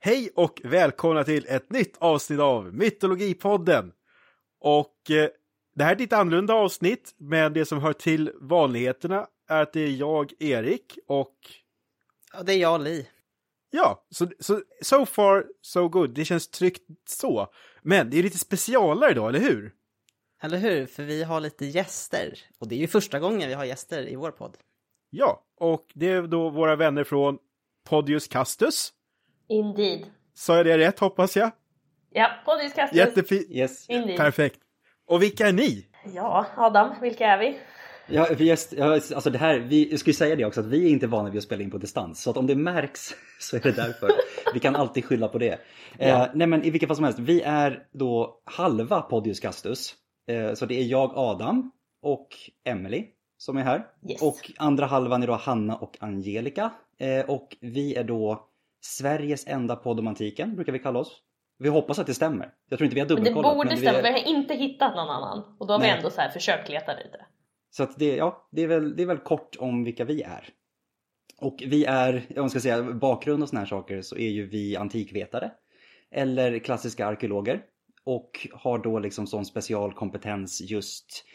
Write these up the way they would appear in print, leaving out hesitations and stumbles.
Hej och välkomna till ett nytt avsnitt av Mytologipodden. Och det här är ett lite annorlunda avsnitt, men det som hör till vanligheterna är att det är jag, Erik, och... Ja, det är jag, Li. Ja, so far so good. Det känns tryggt så. Men det är lite specialare idag, eller hur? Eller hur? För vi har lite gäster. Och det är ju första gången vi har gäster i vår podd. Ja, och det är då våra vänner från Podius Castus. Indeed. Sa jag det rätt, hoppas jag? Ja, Podius Castus. Jättefint. Yes. Indeed. Perfekt. Och vilka är ni? Ja, Adam, vilka är vi? Ja, alltså det här, jag skulle säga det också, att vi är inte vana vid att spela in på distans. Så att om det märks så är det därför. Vi kan alltid skylla på det. Ja. Nej, men i vilket fall som helst, vi är då halva Podius Castus. Så det är jag, Adam och Emily som är här. Yes. Och andra halvan är då Hanna och Angelica. Och vi är då Sveriges enda podd om antiken, brukar vi kalla oss. Vi hoppas att det stämmer. Jag tror inte vi har Men det dubbelkollat. borde stämma, vi har inte hittat någon annan. Och då har vi Nej. ändå så här försökt leta lite. Så att det är väl kort om vilka vi är. Och vi är, jag ska säga bakgrund och såna här saker, så är ju vi antikvetare. Eller klassiska arkeologer. Och har då liksom sån specialkompetens just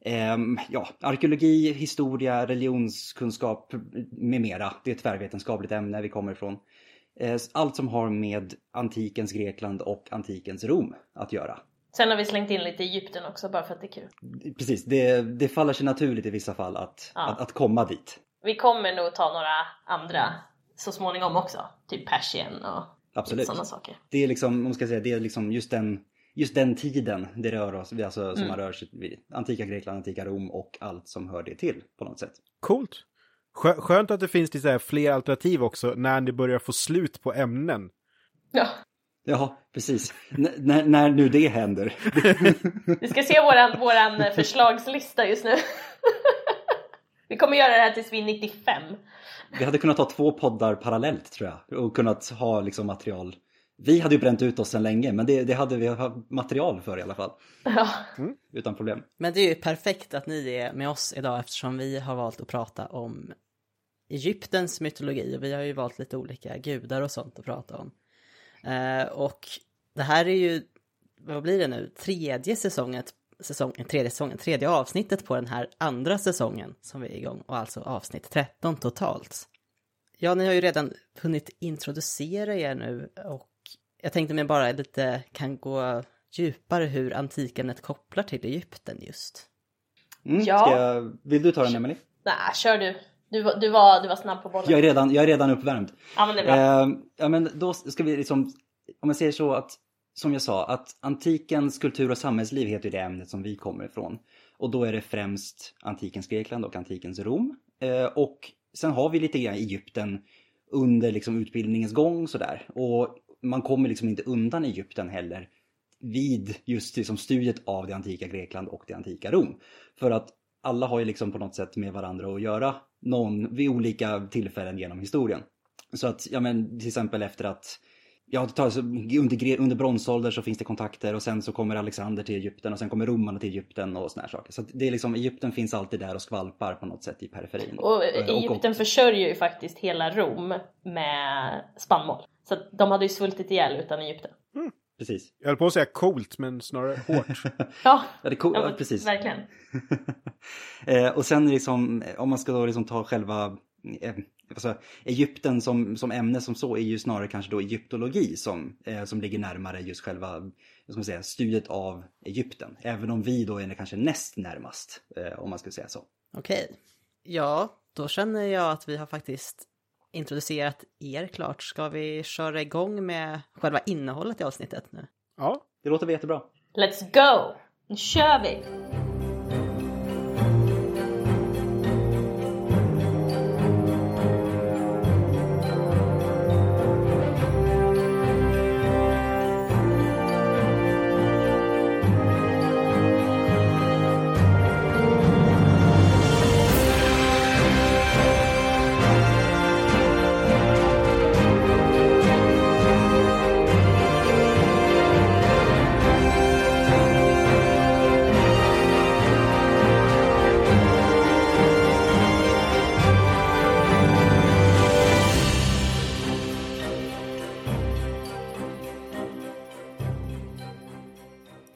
arkeologi, historia, religionskunskap med mera. Det är ett tvärvetenskapligt ämne vi kommer ifrån. Allt som har med antikens Grekland och antikens Rom att göra. Sen har vi slängt in lite Egypten också, bara för att det är kul. Precis, det faller sig naturligt i vissa fall att komma dit. Vi kommer nog ta några andra så småningom också. Typ Persien och Absolut. sådana saker. Det är liksom, man ska säga, det är liksom just den tiden det rör oss, alltså, som man rör sig vid antika Grekland, antika Rom och allt som hör det till på något sätt. Coolt. Skönt att det finns lite så här fler alternativ också när ni börjar få slut på ämnen. Ja. Ja, precis. När nu det händer. Vi ska se våran förslagslista just nu. Vi kommer göra det här tills vi är 95. Vi hade kunnat ha 2 poddar parallellt, tror jag. Och kunnat ha liksom material. Vi hade ju bränt ut oss sedan länge, men det hade vi material för i alla fall. Ja. Utan problem. Men det är ju perfekt att ni är med oss idag, eftersom vi har valt att prata om Egyptens mytologi. Och vi har ju valt lite olika gudar och sånt att prata om. Och det här är ju, vad blir det nu? Tredje avsnittet på den här andra säsongen som vi är igång. Och alltså avsnitt 13 totalt. Ja, ni har ju redan hunnit introducera er nu. Och jag tänkte mig bara lite kan gå djupare hur antikämnet kopplar till Egypten just. Ja. Vill du ta den, Emily? Nej, kör du. Du var snabb på bollen. Jag är redan uppvärmd. Ja, men det är bra. Ja, men då ska vi liksom, om man säger så att, som jag sa, att antikens kultur och samhällsliv heter ju det ämnet som vi kommer ifrån. Och då är det främst antikens Grekland och antikens Rom. Och sen har vi lite grann Egypten under liksom utbildningens gång sådär. Och man kommer liksom inte undan Egypten heller vid just liksom studiet av det antika Grekland och det antika Rom. För att alla har ju liksom på något sätt med varandra att göra vid olika tillfällen genom historien. Så att, ja men till exempel efter att, under bronsålder så finns det kontakter och sen så kommer Alexander till Egypten och sen kommer romarna till Egypten och såna här saker. Så att det är liksom, Egypten finns alltid där och skvalpar på något sätt i periferin. Och Egypten försörjer ju faktiskt hela Rom med spannmål. Så att de hade ju svultit ihjäl utan Egypten. Precis. Jag höll på att säga coolt, men snarare hårt. Ja, det är cool. Ja, precis. Verkligen. Och sen liksom, om man ska då liksom ta själva Egypten som ämne som så, är ju snarare kanske då egyptologi som ligger närmare just själva, vad ska man säga, studiet av Egypten. Även om vi då är kanske näst närmast, om man ska säga så. Okej. Ja, då känner jag att vi har faktiskt introducerat er klart. Ska vi köra igång med själva innehållet i avsnittet nu? Ja. Det låter jättebra. Let's go! Nu kör vi!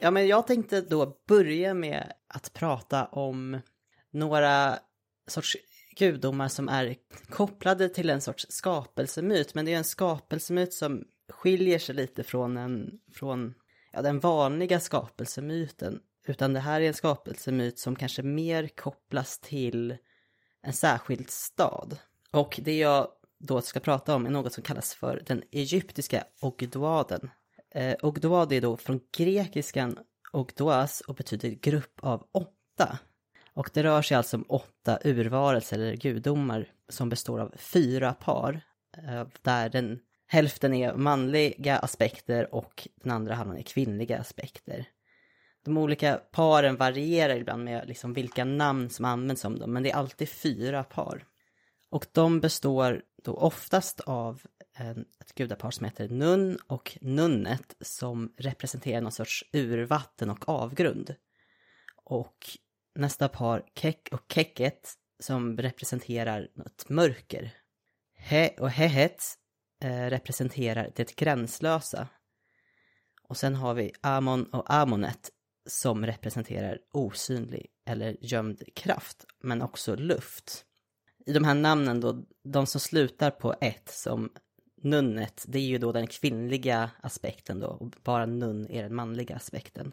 Ja, men jag tänkte då börja med att prata om några sorts gudomar som är kopplade till en sorts skapelsemyt. Men det är en skapelsemyt som skiljer sig lite från den vanliga skapelsemyten. Utan det här är en skapelsemyt som kanske mer kopplas till en särskild stad. Och det jag då ska prata om är något som kallas för den egyptiska Ogdoaden. Ogdoad är då från grekiskan Ogdoas och betyder grupp av 8. Och det rör sig alltså om 8 urvarelser eller gudomar som består av 4 par. Där hälften är manliga aspekter och den andra halvan är kvinnliga aspekter. De olika paren varierar ibland med liksom vilka namn som används om dem, men det är alltid 4 par. Och de består då oftast av ett gudapar som heter Nun och Nunnet som representerar någon sorts urvatten och avgrund. Och nästa par Kek och Keket som representerar något mörker. He och Hehet representerar det gränslösa. Och sen har vi Amon och Amonet som representerar osynlig eller gömd kraft, men också luft. I de här namnen då, de som slutar på ett som Nunnet, det är ju då den kvinnliga aspekten då, och bara Nun är den manliga aspekten.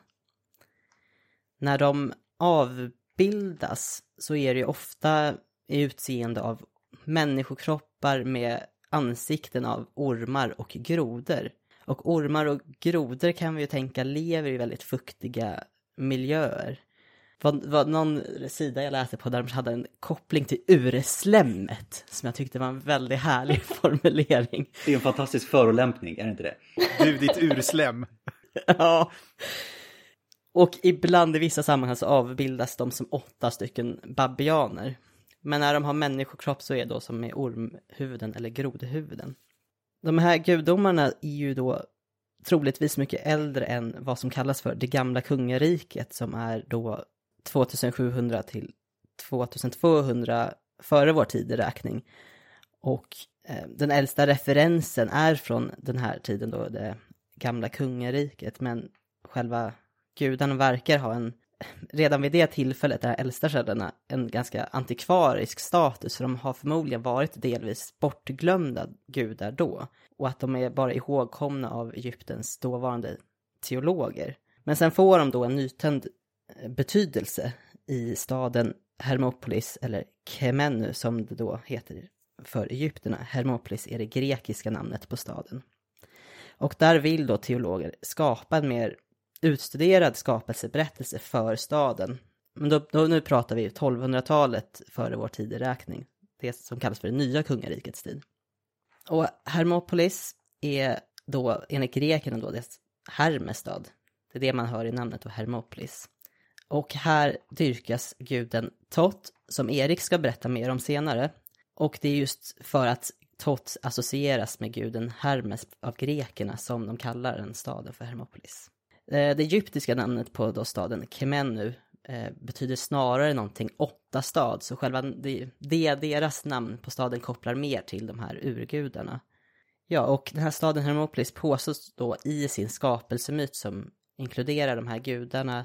När de avbildas så är det ju ofta i utseende av människokroppar med ansikten av ormar och grodor. Och ormar och grodor kan vi ju tänka lever i väldigt fuktiga miljöer. Var någon sida jag läste på där de hade en koppling till urslemmet som jag tyckte var en väldigt härlig formulering. Det är en fantastisk förolämpning, är det inte det? Du, ditt urslem. Ja. Och ibland i vissa sammanhang så avbildas de som 8 stycken babianer. Men när de har människokropp så är det då som med ormhuvuden eller grodhuvuden. De här gudomarna är ju då troligtvis mycket äldre än vad som kallas för det gamla kungariket som är då 2700 till 2200 före vår tideräkning. Och den äldsta referensen är från den här tiden då, det gamla kungariket. Men själva gudarna verkar ha redan vid det tillfället, de här äldsta källorna, en ganska antikvarisk status. För de har förmodligen varit delvis bortglömda gudar då. Och att de är bara ihågkomna av Egyptens dåvarande teologer. Men sen får de då en nytänd betydelse i staden Hermopolis, eller Kemenu som det då heter för egypterna. Hermopolis är det grekiska namnet på staden. Och där vill då teologer skapa en mer utstuderad skapelseberättelse för staden. Men nu pratar vi 1200-talet före vår tideräkning. Det som kallas för det nya kungarikets tid. Och Hermopolis är då enligt grekerna då dess Hermestad. Det är det man hör i namnet då, Hermopolis. Och här dyrkas guden Tot, som Erik ska berätta mer om senare. Och det är just för att Tot associeras med guden Hermes av grekerna som de kallar den staden för Hermopolis. Det egyptiska namnet på då staden Kemenu betyder snarare någonting 8 stad. Så själva deras namn på staden kopplar mer till de här urgudarna. Ja, och den här staden Hermopolis påstås då i sin skapelsemyt som inkluderar de här gudarna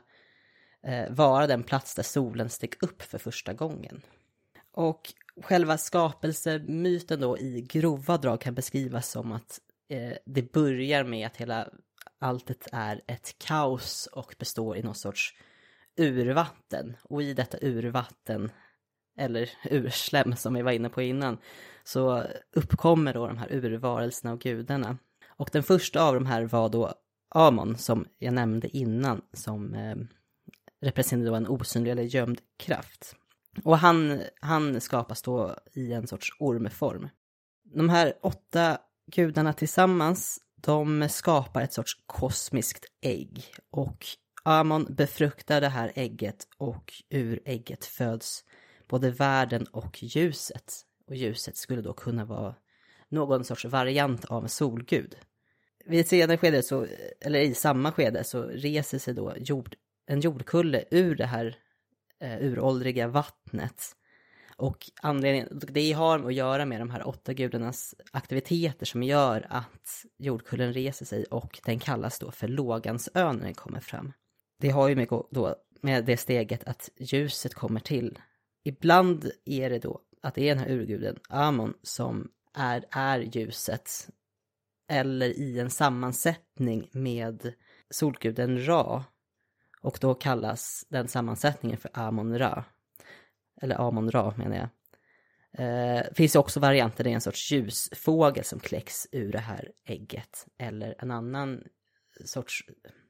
vara den plats där solen steg upp för första gången. Och själva skapelsemyten då i grova drag kan beskrivas som att det börjar med att alltet är ett kaos och består i någon sorts urvatten. Och i detta urvatten, eller urslem som vi var inne på innan, så uppkommer då de här urvarelserna och gudarna. Och den första av de här var då Amon, som jag nämnde innan, som representerar då en osynlig eller gömd kraft. Och han skapas då i en sorts ormform. De här 8 gudarna tillsammans, de skapar ett sorts kosmiskt ägg. Och Amon befruktar det här ägget och ur ägget föds både världen och ljuset. Och ljuset skulle då kunna vara någon sorts variant av en solgud. Vid ett senare skede, eller i samma skede, så reser sig då en jordkulle ur det här uråldriga vattnet. Och anledningen, det har att göra med de här 8 gudarnas aktiviteter som gör att jordkullen reser sig, och den kallas då för Lågansön när den kommer fram. det har ju med det steget att ljuset kommer till. Ibland är det då att det är den här urguden Amon som är ljuset, eller i en sammansättning med solguden Ra, och då kallas den sammansättningen för Amon-Ra, eller Amon-Ra menar jag. Finns ju också varianter, det är en sorts ljusfågel som kläcks ur det här ägget, eller en annan sorts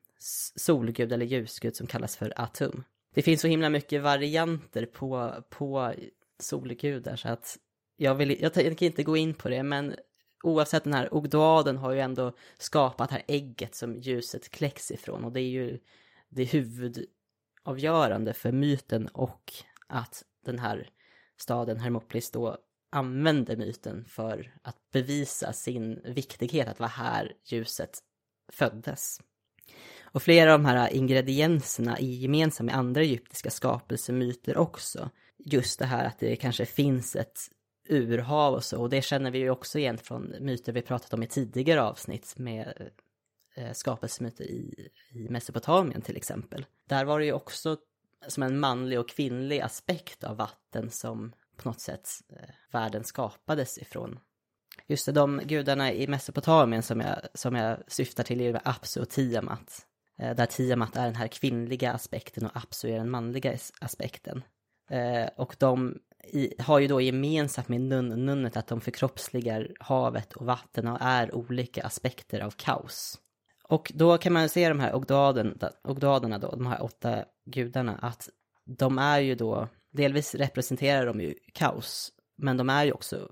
solgud eller ljusgud som kallas för Atum. Det finns så himla mycket varianter på solgudar, så att jag tänker inte gå in på det, men oavsett, den här Ogdoaden har ju ändå skapat det här ägget som ljuset kläcks ifrån, och det är ju det huvudavgörande för myten, och att den här staden Hermopolis då använder myten för att bevisa sin viktighet, att vara här ljuset föddes. Och flera av de här ingredienserna är gemensamma med andra egyptiska skapelsemyter också. Just det här att det kanske finns ett urhav och så, och det känner vi ju också igen från myter vi pratat om i tidigare avsnitt med skapelsemyter i Mesopotamien till exempel. Där var det ju också som en manlig och kvinnlig aspekt av vatten som på något sätt världen skapades ifrån. Just det, de gudarna i Mesopotamien som jag syftar till är Apsu och Tiamat. Där Tiamat är den här kvinnliga aspekten och Apsu är den manliga aspekten. Och de har ju då gemensamt med nunnet att de förkroppsligar havet och vatten och är olika aspekter av kaos. Och då kan man se de här Ogdoaderna då, de här 8 gudarna, att de är ju då, delvis representerar de ju kaos, men de är ju också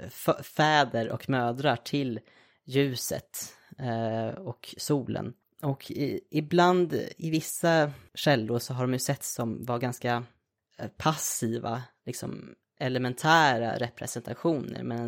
fäder och mödrar till ljuset och solen. Och ibland i vissa källor så har de ju sett som var ganska passiva, liksom elementära representationer, medan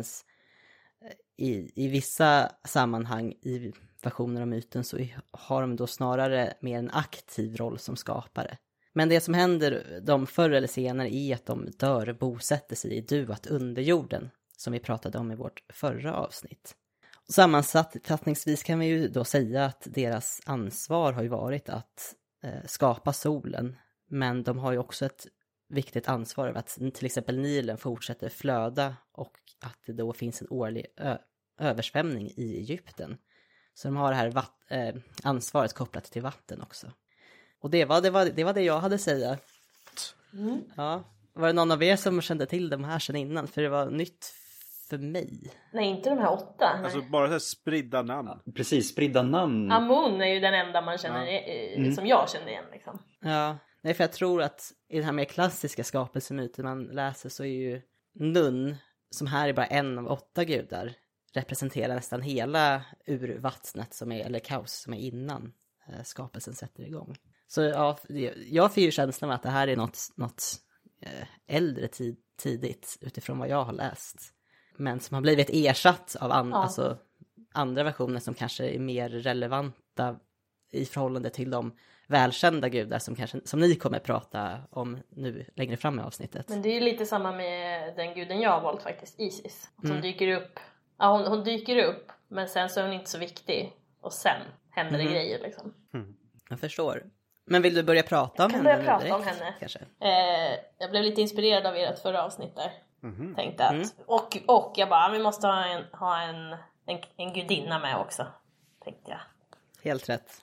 i vissa sammanhang i versioner av myten så har de då snarare mer en aktiv roll som skapare. Men det som händer dem förr eller senare är att de dör och bosätter sig i Duat under jorden, som vi pratade om i vårt förra avsnitt. Och sammanfattningsvis kan vi ju då säga att deras ansvar har ju varit att skapa solen, men de har ju också ett viktigt ansvar över att till exempel Nilen fortsätter flöda och att det då finns en årlig översvämning i Egypten. Så de har det här ansvaret kopplat till vatten också. Och det var det jag hade att säga. Mm. Ja. Var det någon av er som kände till de här sedan innan? För det var nytt för mig. Nej, inte de här 8. Alltså bara så här spridda namn. Ja, precis, spridda namn. Amun är ju den enda man känner som jag känner igen liksom. Ja, nej, för jag tror att i den här mer klassiska skapelsemyten man läser så är ju Nun, som här är bara en av 8 gudar, representerar nästan hela urvattnet som är, eller kaos som är innan skapelsen sätter igång. Så ja, jag får ju känslan av att det här är något äldre tidigt utifrån vad jag har läst. Men som har blivit ersatt av alltså andra versioner som kanske är mer relevanta i förhållande till de välkända gudar som ni kommer prata om nu längre fram i avsnittet. Men det är ju lite samma med den guden jag har valt faktiskt, Isis. Som dyker upp. Ja, hon dyker upp, men sen så är hon inte så viktig. Och sen händer det grejer liksom. Jag förstår. Men vill du börja prata om henne? Om henne. Kanske? Jag blev lite inspirerad av ert förra avsnitt där. Tänkte att, och jag bara, vi måste ha en gudinna med också. Tänkte jag. Helt rätt.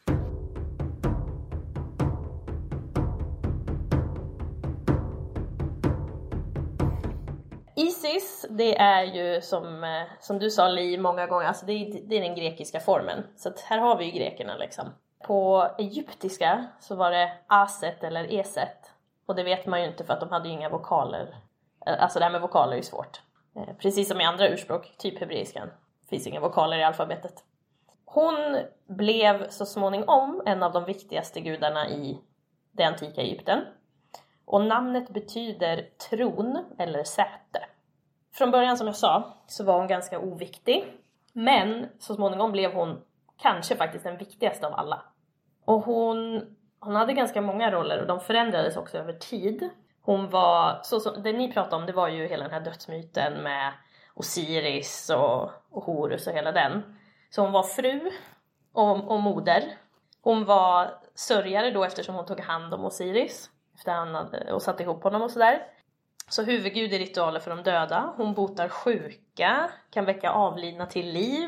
Isis, det är ju som du sa Li många gånger, alltså det är den grekiska formen. Så att här har vi ju grekerna liksom. På egyptiska så var det aset eller eset. Och det vet man ju inte för att de hade ju inga vokaler. Alltså det här med vokaler är ju svårt. Precis som i andra urspråk, typ hebreiskan. Finns inga vokaler i alfabetet. Hon blev så småningom en av de viktigaste gudarna i det antika Egypten. Och namnet betyder tron eller säte. Från början som jag sa så var hon ganska oviktig. Men så småningom blev hon kanske faktiskt den viktigaste av alla. Och hon hade ganska många roller och de förändrades också över tid. Hon var, det ni pratade om det var ju hela den här dödsmyten med Osiris och Horus och hela den. Så hon var fru och moder. Hon var sörjare då eftersom hon tog hand om Osiris efter han hade, och satte ihop honom och sådär. Så huvudgud i ritualer för de döda. Hon botar sjuka, kan väcka avlidna till liv.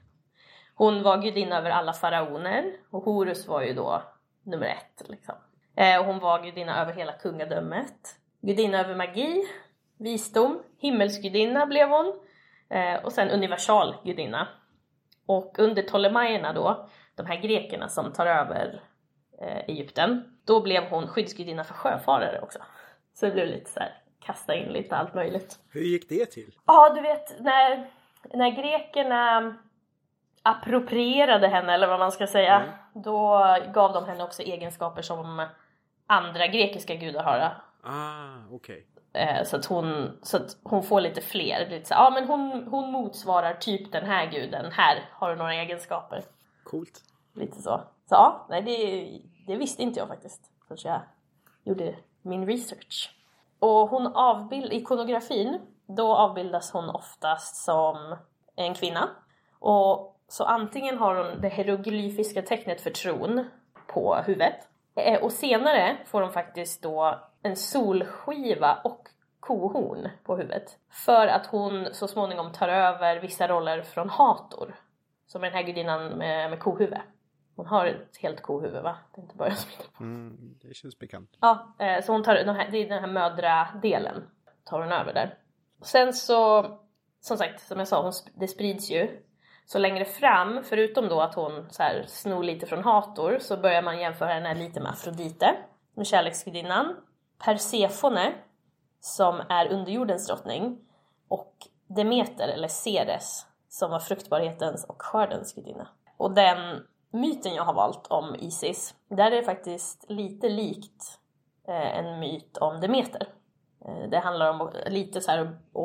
Hon var gudinna över alla faraoner. Och Horus var ju då nummer 1 liksom. Och hon var gudinna över hela kungadömet. Gudinna över magi, visdom, himmelsgudinna blev hon. Och sen universal gudinna. Och under Ptolemaierna då, de här grekerna som tar över Egypten, då blev hon skyddsgudinna för sjöfarare också. Så det blev lite så här, kasta in lite allt möjligt. Hur gick det till? Ja, du vet, när grekerna approprierade henne, eller vad man ska säga, då gav de henne också egenskaper som andra grekiska gudar har. Okej. Så att hon får lite fler. Lite så, ja, men hon motsvarar typ den här guden. Här har du några egenskaper. Coolt. Lite så. Så ja, nej, det visste inte jag faktiskt. Så jag gjorde min research. Och ikonografin, då avbildas hon oftast som en kvinna. Och så antingen har hon det hieroglyfiska tecknet för tron på huvudet. Och senare får hon faktiskt då en solskiva och kohorn på huvudet. För att hon så småningom tar över vissa roller från Hathor. Som är den här gudinnan med kohuvud. Hon har ett helt kohuvud, va? Det är inte bara som hittar på. Det känns bekant. Ja, så hon tar det är den här mödradelen. Tar hon över där. Och sen så, som sagt, som jag sa, det sprids ju. Så längre fram, förutom då att hon så här snor lite från Hathor, så börjar man jämföra henne lite med Afrodite, med kärleksgudinnan. Persefone, som är underjordens drottning. Och Demeter, eller Ceres, som var fruktbarhetens och skördens gudinna. Och den myten jag har valt om Isis, där är det faktiskt lite likt en myt om Demeter. Det handlar om lite så här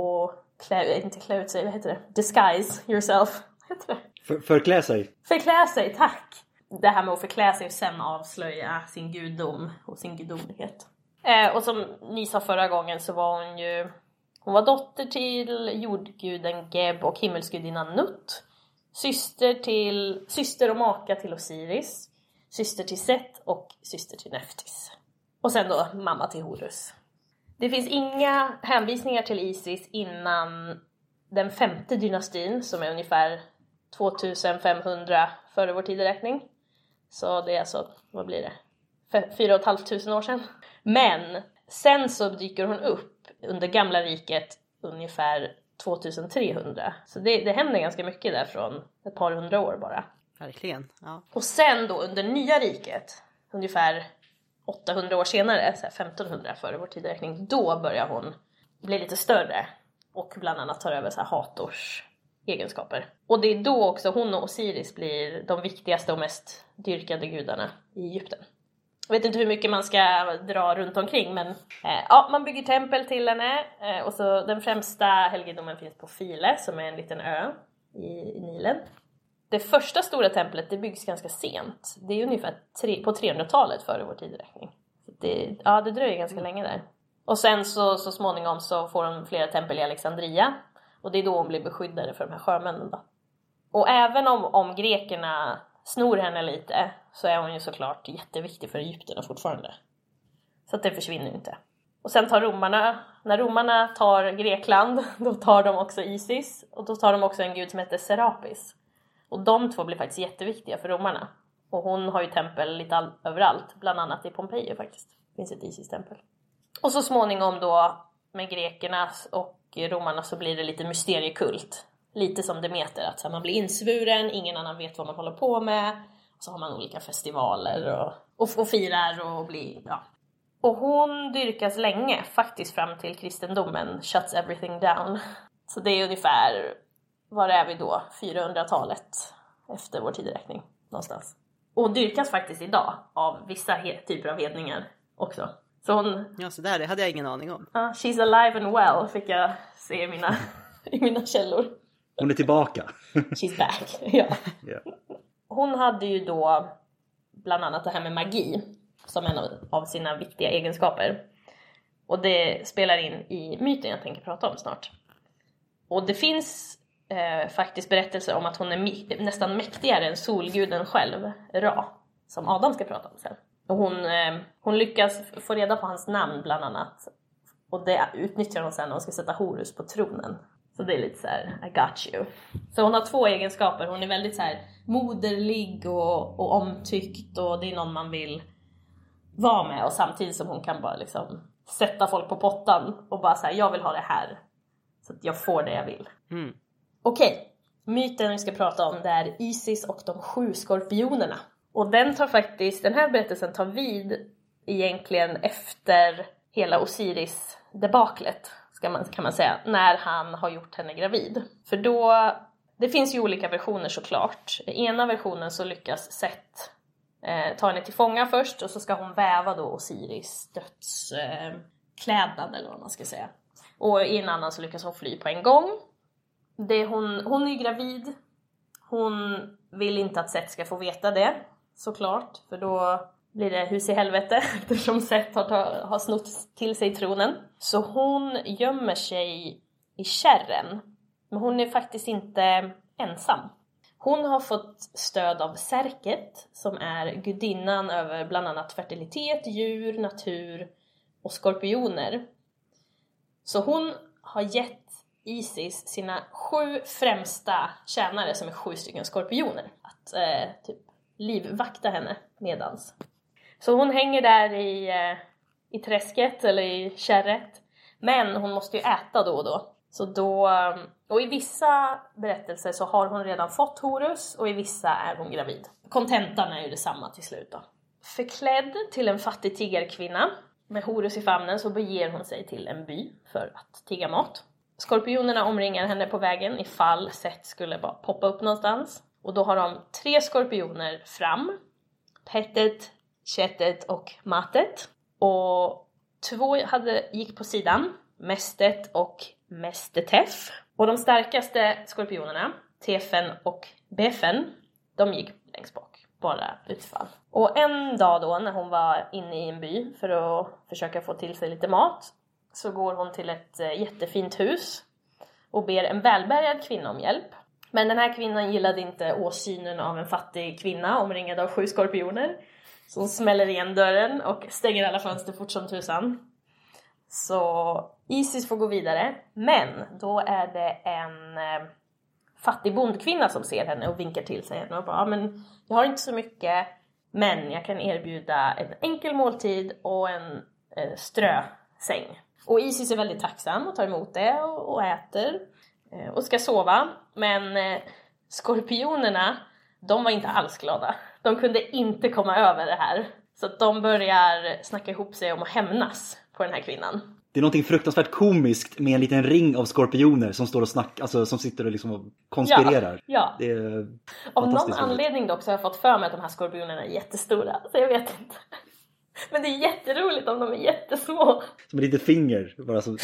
att klä ut sig, vad heter det? Disguise yourself. Förklä sig. Förklä sig, tack. Det här med att förklä sig och sen avslöja sin gudom och sin gudomlighet. Och som ni sa förra gången så var hon var dotter till jordguden Geb och himmelsgudinnan Nut. Syster och maka till Osiris. Syster till Set och syster till Neftis. Och sen då mamma till Horus. Det finns inga hänvisningar till Isis innan den 5:e dynastin, som är ungefär 2500 före vår tideräkning. Så det är alltså, vad blir det? 4 500 år sedan. Men sen så dyker hon upp under gamla riket ungefär 2300. Så det händer ganska mycket där från ett par hundra år bara. Verkligen, ja. Och sen då under nya riket, ungefär 800 år senare, så här 1500 före vår tideräkning, då börjar hon bli lite större. Och bland annat tar över så här Hathors egenskaper. Och det är då också hon och Osiris blir de viktigaste och mest dyrkade gudarna i Egypten. Jag vet inte hur mycket man ska dra runt omkring, men ja, man bygger tempel till henne. Och så den främsta helgedomen finns på File, som är en liten ö i Nilen. Det första stora templet, det byggs ganska sent. Det är ungefär på 300-talet före vår tideräkning. Det dröjer ganska länge där. Och sen så småningom så får de flera tempel i Alexandria. Och det är då hon blir beskyddare för de här sjömännen då. Och även om grekerna snor henne lite, så är hon ju såklart jätteviktig för Egypten fortfarande. Så att det försvinner inte. Och sen när romarna tar Grekland, då tar de också Isis. Och då tar de också en gud som heter Serapis. Och de två blir faktiskt jätteviktiga för romarna. Och hon har ju tempel lite överallt, bland annat i Pompeji faktiskt. Det finns ett Isis-tempel. Och så småningom då med grekerna och romarna så blir det lite mysteriekult. Lite som Demeter, att så man blir insvuren, ingen annan vet vad man håller på med. Och så har man olika festivaler och firar och blir, ja. Och hon dyrkas länge, faktiskt fram till kristendomen shuts everything down. Så det är ungefär, var är vi då? 400-talet efter vår tideräkning någonstans. Och hon dyrkas faktiskt idag av vissa typer av hedningar också. Så hon... Ja, så där, det hade jag ingen aning om. She's alive and well, fick jag se i mina källor. Hon är tillbaka. She's back, ja. Yeah. Hon hade ju då bland annat det här med magi som en av sina viktiga egenskaper. Och det spelar in i myten jag tänker prata om snart. Och det finns faktiskt berättelser om att hon är nästan mäktigare än solguden själv, Ra. som Adam ska prata om sen. Och hon lyckas få reda på hans namn bland annat. Och det utnyttjar hon sen när hon ska sätta Horus på tronen. Så det är lite så här, I got you. Så hon har 2 egenskaper. Hon är väldigt så här moderlig och omtyckt. Och det är någon man vill vara med. Och samtidigt som hon kan bara liksom sätta folk på pottan. Och bara säga, jag vill ha det här. Så att jag får det jag vill. Okej. Myten vi ska prata om det är Isis och de 7 skorpionerna. Och den här berättelsen tar vid egentligen efter hela Osiris-debaklet kan man säga. När han har gjort henne gravid. För då, det finns ju olika versioner såklart. I ena versionen så lyckas Set ta henne till fånga först. Och så ska hon väva då Osiris dödsklädnad eller vad man ska säga. Och i en annan så lyckas hon fly på en gång. Hon är ju gravid. Hon vill inte att Set ska få veta det. Såklart. För då blir det hus i helvete. Eftersom Set har snott till sig tronen. Så hon gömmer sig i kärren. Men hon är faktiskt inte ensam. Hon har fått stöd av Serket. Som är gudinnan över bland annat fertilitet, djur, natur och skorpioner. Så hon har gett Isis sina 7 främsta tjänare som är 7 stycken skorpioner. Att typ livvakta henne medans. Så hon hänger där i träsket eller i kärret. Men hon måste ju äta då och då. Så och i vissa berättelser så har hon redan fått Horus och i vissa är hon gravid. Kontentan är ju detsamma till slut då. Förklädd till en fattig tiggarkvinna med Horus i famnen så beger hon sig till en by för att tigga mat. Skorpionerna omringar henne på vägen ifall Set skulle bara poppa upp någonstans. Och då har de 3 skorpioner fram. Pettet, Chetet och Matet. Och 2 gick på sidan. Mestet och Mestetef. Och de starkaste skorpionerna, Tefen och Befen, de gick längst bak. Bara utfall. Och en dag då när hon var inne i en by för att försöka få till sig lite mat. Så går hon till ett jättefint hus och ber en välbärgad kvinna om hjälp. Men den här kvinnan gillade inte åsynen av en fattig kvinna omringad av 7 skorpioner. Så hon smäller igen dörren och stänger alla fönster fort som tusan. Så Isis får gå vidare. Men då är det en fattig bondkvinna som ser henne och vinkar till sig henne. Och bara, men jag har inte så mycket, men jag kan erbjuda en enkel måltid och en strösäng. Och Isis är väldigt tacksam och tar emot det och äter och ska sova. Men skorpionerna, de var inte alls glada. De kunde inte komma över det här. Så att de börjar snacka ihop sig om att hämnas på den här kvinnan. Det är någonting fruktansvärt komiskt med en liten ring av skorpioner som står och snackar, alltså som sitter och liksom konspirerar. Ja. Det är av någon anledning dock så har jag fått för mig att de här skorpionerna är jättestora. Så jag vet inte. Men det är jätteroligt om de är jättesmå. Som ett litet finger. Bara som...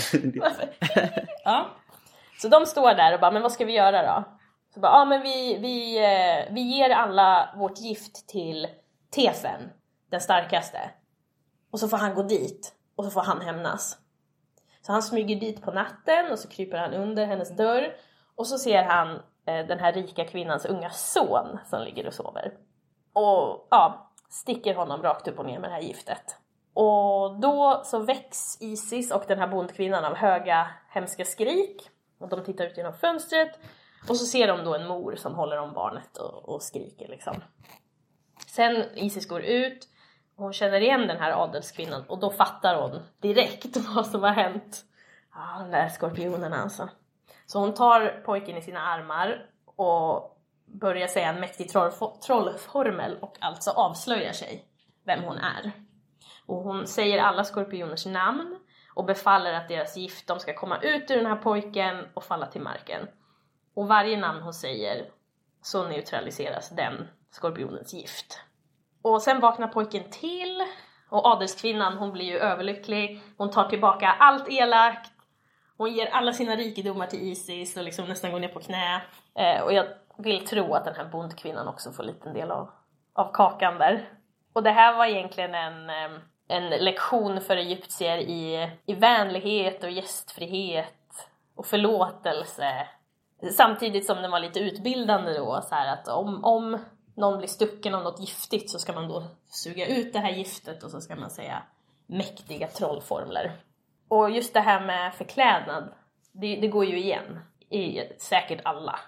Ja. Så de står där och bara, men vad ska vi göra då? Så bara, men vi ger alla vårt gift till Tefen, den starkaste. Och så får han gå dit. Och så får han hämnas. Så han smyger dit på natten och så kryper han under hennes dörr. Och så ser han den här rika kvinnans unga son som ligger och sover. Och sticker honom rakt upp och ner med det här giftet. Och då så väcks Isis och den här bondkvinnan av höga hemska skrik. Och de tittar ut genom fönstret. Och så ser de då en mor som håller om barnet och skriker liksom. Sen Isis går ut. Hon känner igen den här adelskvinnan. Och då fattar hon direkt vad som har hänt. Ja, den där skorpionerna alltså. Så hon tar pojken i sina armar. Och börjar säga en mäktig trollformel. Och alltså avslöjar sig vem hon är. Och hon säger alla skorpioners namn. Och befaller att deras gift, de ska komma ut ur den här pojken och falla till marken. Och varje namn hon säger så neutraliseras den skorpionens gift. Och sen vaknar pojken till. Och adelskvinnan, hon blir ju överlycklig. Hon tar tillbaka allt elakt. Hon ger alla sina rikedomar till Isis och liksom nästan går ner på knä. Och jag vill tro att den här bondkvinnan också får en liten del av kakan där. Och det här var egentligen en lektion för egyptier i vänlighet och gästfrihet och förlåtelse. Samtidigt som den var lite utbildande då. Så här att någon blir stucken av något giftigt så ska man då suga ut det här giftet och så ska man säga mäktiga trollformler. Och just det här med förklädnad, det går ju igen i säkert alla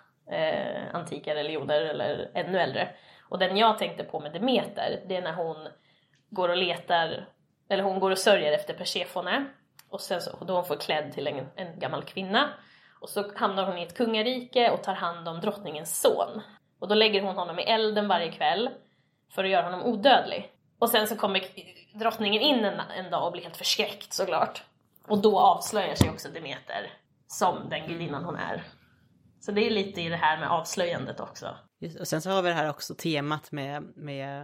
antika religioner eller ännu äldre. Och den jag tänkte på med Demeter, det är när hon går och letar, eller hon går och sörjer efter Persefone. Och sen så, då hon får klädd till en gammal kvinna. Och så hamnar hon i ett kungarike och tar hand om drottningens son. Och då lägger hon honom i elden varje kväll för att göra honom odödlig. Och sen så kommer drottningen in en dag och blir helt förskräckt såklart. Och då avslöjar sig också Demeter som den gudinnan hon är. Så det är lite i det här med avslöjandet också. Just, och sen så har vi det här också temat med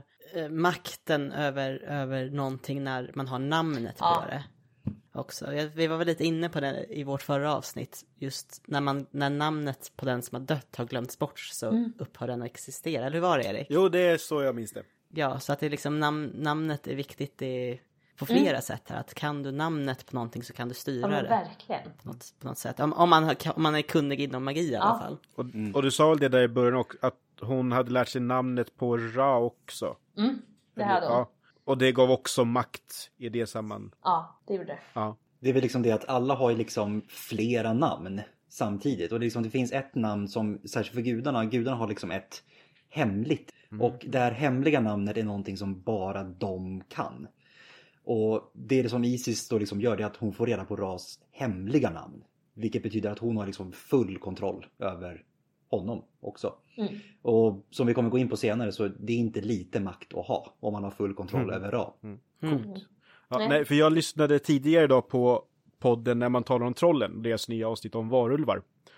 makten över någonting när man har namnet på det. Också. Vi var väl lite inne på det i vårt förra avsnitt. Just när namnet på den som har dött har glömts bort så upphör den att existera. Eller hur var det, Erik? Jo, det är så jag minns det. Ja, så att det är liksom namnet är viktigt på flera sätt här. Att kan du namnet på någonting så kan du styra det. Verkligen. På något sätt. Om man är kunnig inom magi i alla fall. Och du sa väl det där i början också, att hon hade lärt sig namnet på Ra också. Det hade hon. Ja. Och det gav också makt i det samman. Ja, det gjorde det. Ja. Det är väl liksom det att alla har ju liksom flera namn samtidigt. Och det, är liksom, det finns ett namn som, särskilt för gudarna. Gudarna har liksom ett hemligt. Och det här hemliga namnet är någonting som bara de kan. Och det som Isis då liksom gör, det är att hon får reda på Ras hemliga namn. Vilket betyder att hon har liksom full kontroll över honom också. Och som vi kommer gå in på senare, så det är inte lite makt att ha om man har full kontroll över Ra. Coolt. Ja, nej, för jag lyssnade tidigare idag på podden när man talar om trollen, deras nya avsnitt om varulvar.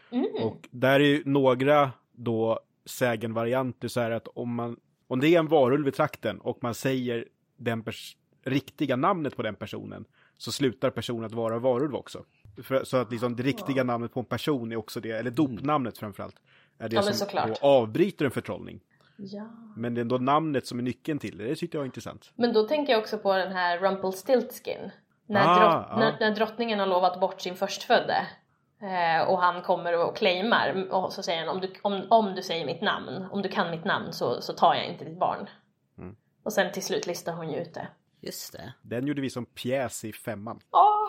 Och där är ju några då sägenvarianter så här att om det är en varulv i trakten och man säger den riktiga namnet på den personen, så slutar personen att vara varulv också. Så att liksom det riktiga namnet på en person är också det, eller dopnamnet framförallt, är det som då avbryter en förtrollning. Ja. Men det är ändå namnet som är nyckeln till det. Det tyckte jag var intressant. Men då tänker jag också på den här Rumpelstiltskin. När drottningen har lovat bort sin förstfödde. Och han kommer och claimar. Och så säger han, om du säger mitt namn, om du kan mitt namn så tar jag inte ditt barn. Och sen till slut listar hon ju ut det. Just det. Den gjorde vi som pjäs i 5:an.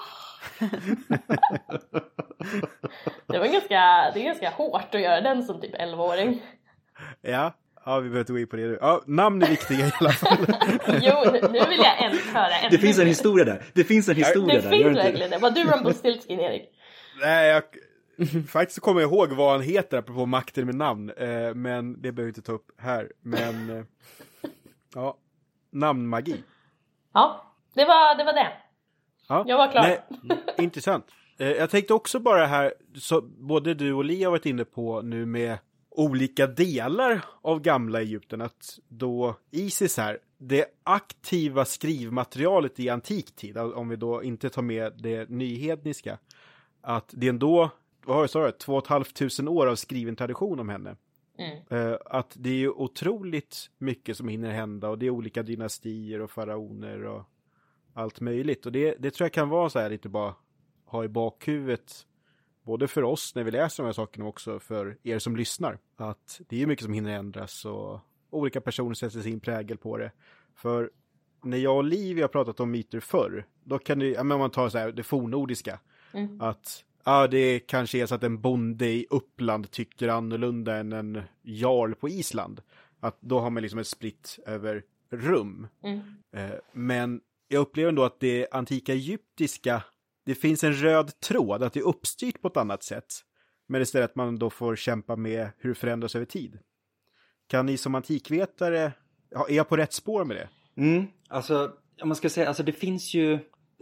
Det är ganska hårt att göra den som typ 11-åring. Ja, vi behöver inte gå in på det nu. Ja, namn är viktiga i alla fall. Jo, nu vill jag höra. Det finns en historia där. Det finns verkligen det. Var du Rumpelstiltskin, Erik? Nej, faktiskt kommer jag ihåg vad han heter apropå makten med namn. Men det behöver vi inte ta upp här. Men ja, namnmagi. Ja, det var det. Ja. Jag var klar. Nej, intressant. Jag tänkte också bara här, så både du och Lia har varit inne på nu med olika delar av gamla Egypten, att då Isis här, det aktiva skrivmaterialet i antiktid, om vi då inte tar med det nyhedniska, att det är ändå, vad har jag sagt, 2500 år av skriven tradition om henne. Att det är ju otroligt mycket som hinner hända, och det är olika dynastier och faraoner och allt möjligt. Och det tror jag kan vara så här lite bara ha i bakhuvudet, både för oss när vi läser de här sakerna och också för er som lyssnar. Att det är mycket som hinner ändras och olika personer sätter sin prägel på det. För när jag och Liv har pratat om myter förr, då kan det, om man tar så här, det fornnordiska, att det kanske är så att en bonde i Uppland tycker annorlunda än en jarl på Island. Att då har man liksom ett spritt över rum. Men jag upplever ändå att det antika egyptiska, det finns en röd tråd, att det är uppstyrt på ett annat sätt. Men istället att man då får kämpa med hur det förändras över tid. Kan ni som antikvetare, är jag på rätt spår med det? Alltså, om man ska säga, alltså det finns ju,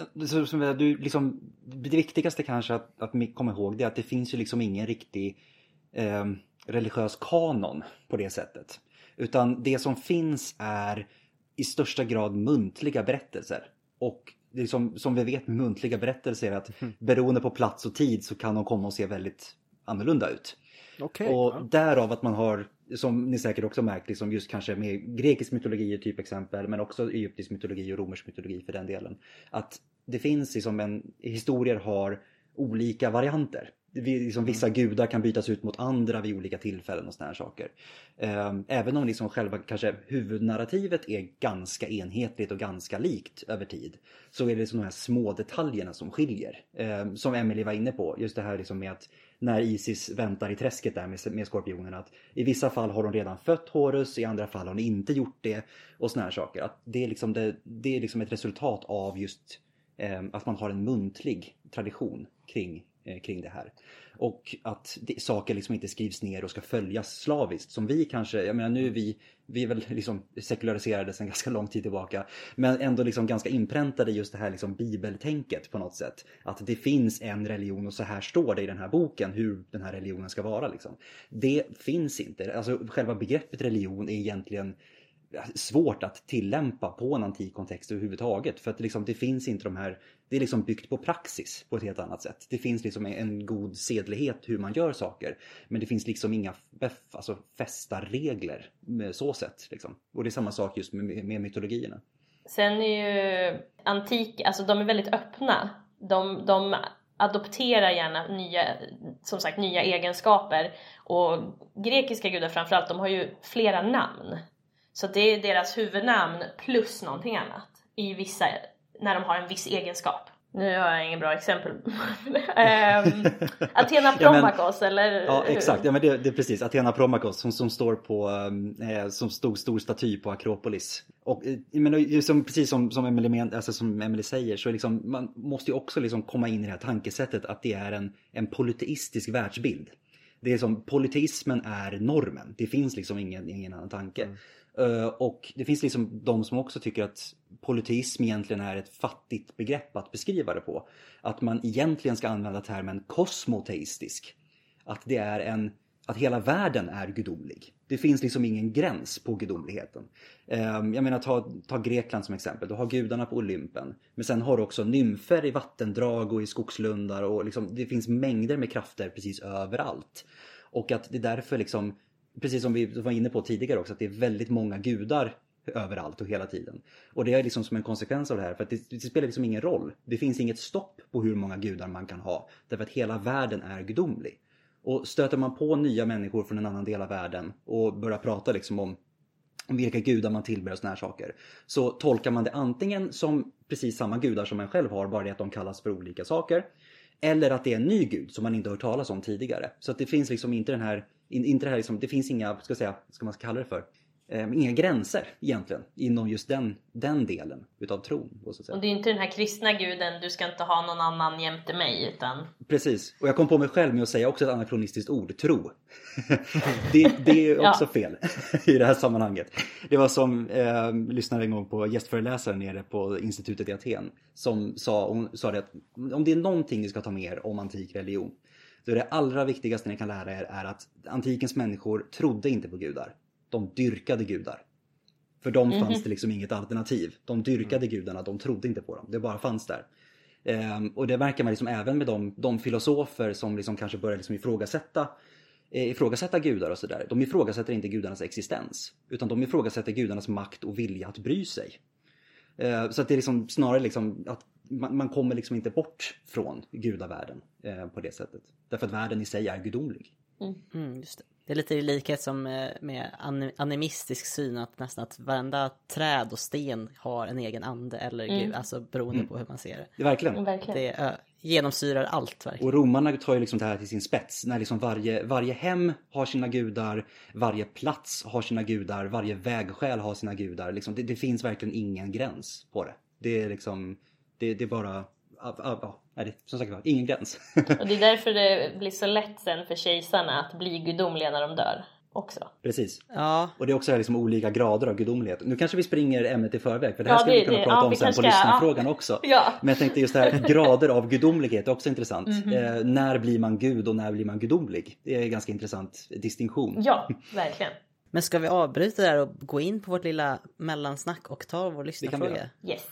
det viktigaste kanske att komma ihåg, det är att det finns ju liksom ingen riktig religiös kanon på det sättet. Utan det som finns är i största grad muntliga berättelser. Och det som vi vet med muntliga berättelser är att beroende på plats och tid så kan de komma och se väldigt annorlunda ut. Därav att man har, som ni säkert också märkt, liksom just kanske med grekisk mytologi typ exempel, men också egyptisk mytologi och romersk mytologi för den delen. Att det finns liksom historier har olika varianter. liksom, vissa gudar kan bytas ut mot andra vid olika tillfällen och såna här saker. Även om liksom själva kanske huvudnarrativet är ganska enhetligt och ganska likt över tid, så är det liksom de här små detaljerna som skiljer. Som Emily var inne på, just det här liksom med att när Isis väntar i träsket där med skorpionerna, att i vissa fall har de redan fött Horus, i andra fall har de inte gjort det och såna här saker. Att det är liksom ett resultat av just att man har en muntlig tradition kring det här. Och att saker liksom inte skrivs ner och ska följas slaviskt. Som vi kanske, jag menar nu vi är väl liksom sekulariserade sedan ganska lång tid tillbaka. Men ändå liksom ganska inpräntade just det här liksom bibeltänket på något sätt. Att det finns en religion och så här står det i den här boken hur den här religionen ska vara liksom. Det finns inte. Alltså själva begreppet religion är egentligen svårt att tillämpa på en antik kontext överhuvudtaget. För att liksom, det finns inte de här, det är liksom byggt på praxis på ett helt annat sätt. Det finns liksom en god sedlighet hur man gör saker. Men det finns liksom inga fästa regler med så sätt. Liksom. Och det är samma sak just med mytologierna. Sen är ju antik, alltså de är väldigt öppna. De adopterar gärna nya egenskaper. Och grekiska gudar framförallt, de har ju flera namn. Så det är deras huvudnamn plus någonting annat när de har en viss egenskap. Nu har jag ingen bra exempel. Athena Promachos eller... Ja, exakt. Ja, men det är precis. Athena Promachos som står på som stor staty på Akropolis. Och men precis som Emily säger, så liksom, man måste ju också liksom komma in i det här tankesättet att det är en polyteistisk världsbild. Det är som polyteismen är normen. Det finns liksom ingen annan tanke. Och det finns liksom de som också tycker att polyteism egentligen är ett fattigt begrepp att beskriva det på. Att man egentligen ska använda termen kosmoteistisk. Att det är att hela världen är gudomlig. Det finns liksom ingen gräns på gudomligheten. Jag menar, ta Grekland som exempel. Du har gudarna på Olympen. Men sen har du också nymfer i vattendrag och i skogslundar. Och liksom, det finns mängder med krafter precis överallt. Och att det är därför liksom, precis som vi var inne på tidigare också, att det är väldigt många gudar överallt och hela tiden. Och det är liksom som en konsekvens av det här, för att det spelar liksom ingen roll. Det finns inget stopp på hur många gudar man kan ha. Därför att hela världen är gudomlig. Och stöter man på nya människor från en annan del av världen och börjar prata liksom om vilka gudar man tillber och såna här saker, så tolkar man det antingen som precis samma gudar som man själv har, bara det att de kallas för olika saker. Eller att det är en ny gud som man inte hört talas om tidigare. Så att det finns liksom inte det här liksom, det finns inga, ska man kalla det för, inga gränser egentligen inom just den delen utav tron. Så att säga. Och det är inte den här kristna guden, du ska inte ha någon annan jämte mig, utan... Precis, och jag kom på mig själv med att säga också ett anakronistiskt ord, tro. det är också fel i det här sammanhanget. Det var som lyssnade en gång på gästföreläsaren nere på institutet i Aten, som hon sa det att om det är någonting ni ska ta med er om antik religion, så är det allra viktigaste ni kan lära er är att antikens människor trodde inte på gudar. De dyrkade gudar. För dem fanns det liksom inget alternativ. De dyrkade gudarna, de trodde inte på dem. Det bara fanns där. Och det verkar man liksom även med de filosofer som liksom kanske börjar liksom ifrågasätta gudar och sådär. De ifrågasätter inte gudarnas existens. Utan de ifrågasätter gudarnas makt och vilja att bry sig. Så att det är liksom snarare liksom att man kommer liksom inte bort från gudavärlden på det sättet. Därför att världen i sig är gudomlig. Just det. Det är lite i likhet som med animistisk syn, att nästan att varenda träd och sten har en egen ande eller gud, alltså beroende på hur man ser det. Det är verkligen. Det genomsyrar allt verkligen. Och romarna tar ju liksom det här till sin spets, när liksom varje hem har sina gudar, varje plats har sina gudar, varje vägskäl har sina gudar. Liksom, det finns verkligen ingen gräns på det. Det är liksom, det är bara... som sagt, ingen gräns. Och det är därför det blir så lätt sen för kejsarna att bli gudomliga när de dör också. Precis. Ja. Och det är också liksom olika grader av gudomlighet. Nu kanske vi springer ämnet i förväg, för det här ska vi kunna prata om sen på lyssnarfrågan också. Ja. Men jag tänkte just det här, grader av gudomlighet är också intressant. När blir man gud och när blir man gudomlig? Det är en ganska intressant distinktion. Ja, verkligen. Men ska vi avbryta där och gå in på vårt lilla mellansnack och ta vår lyssnarfråga? Yes.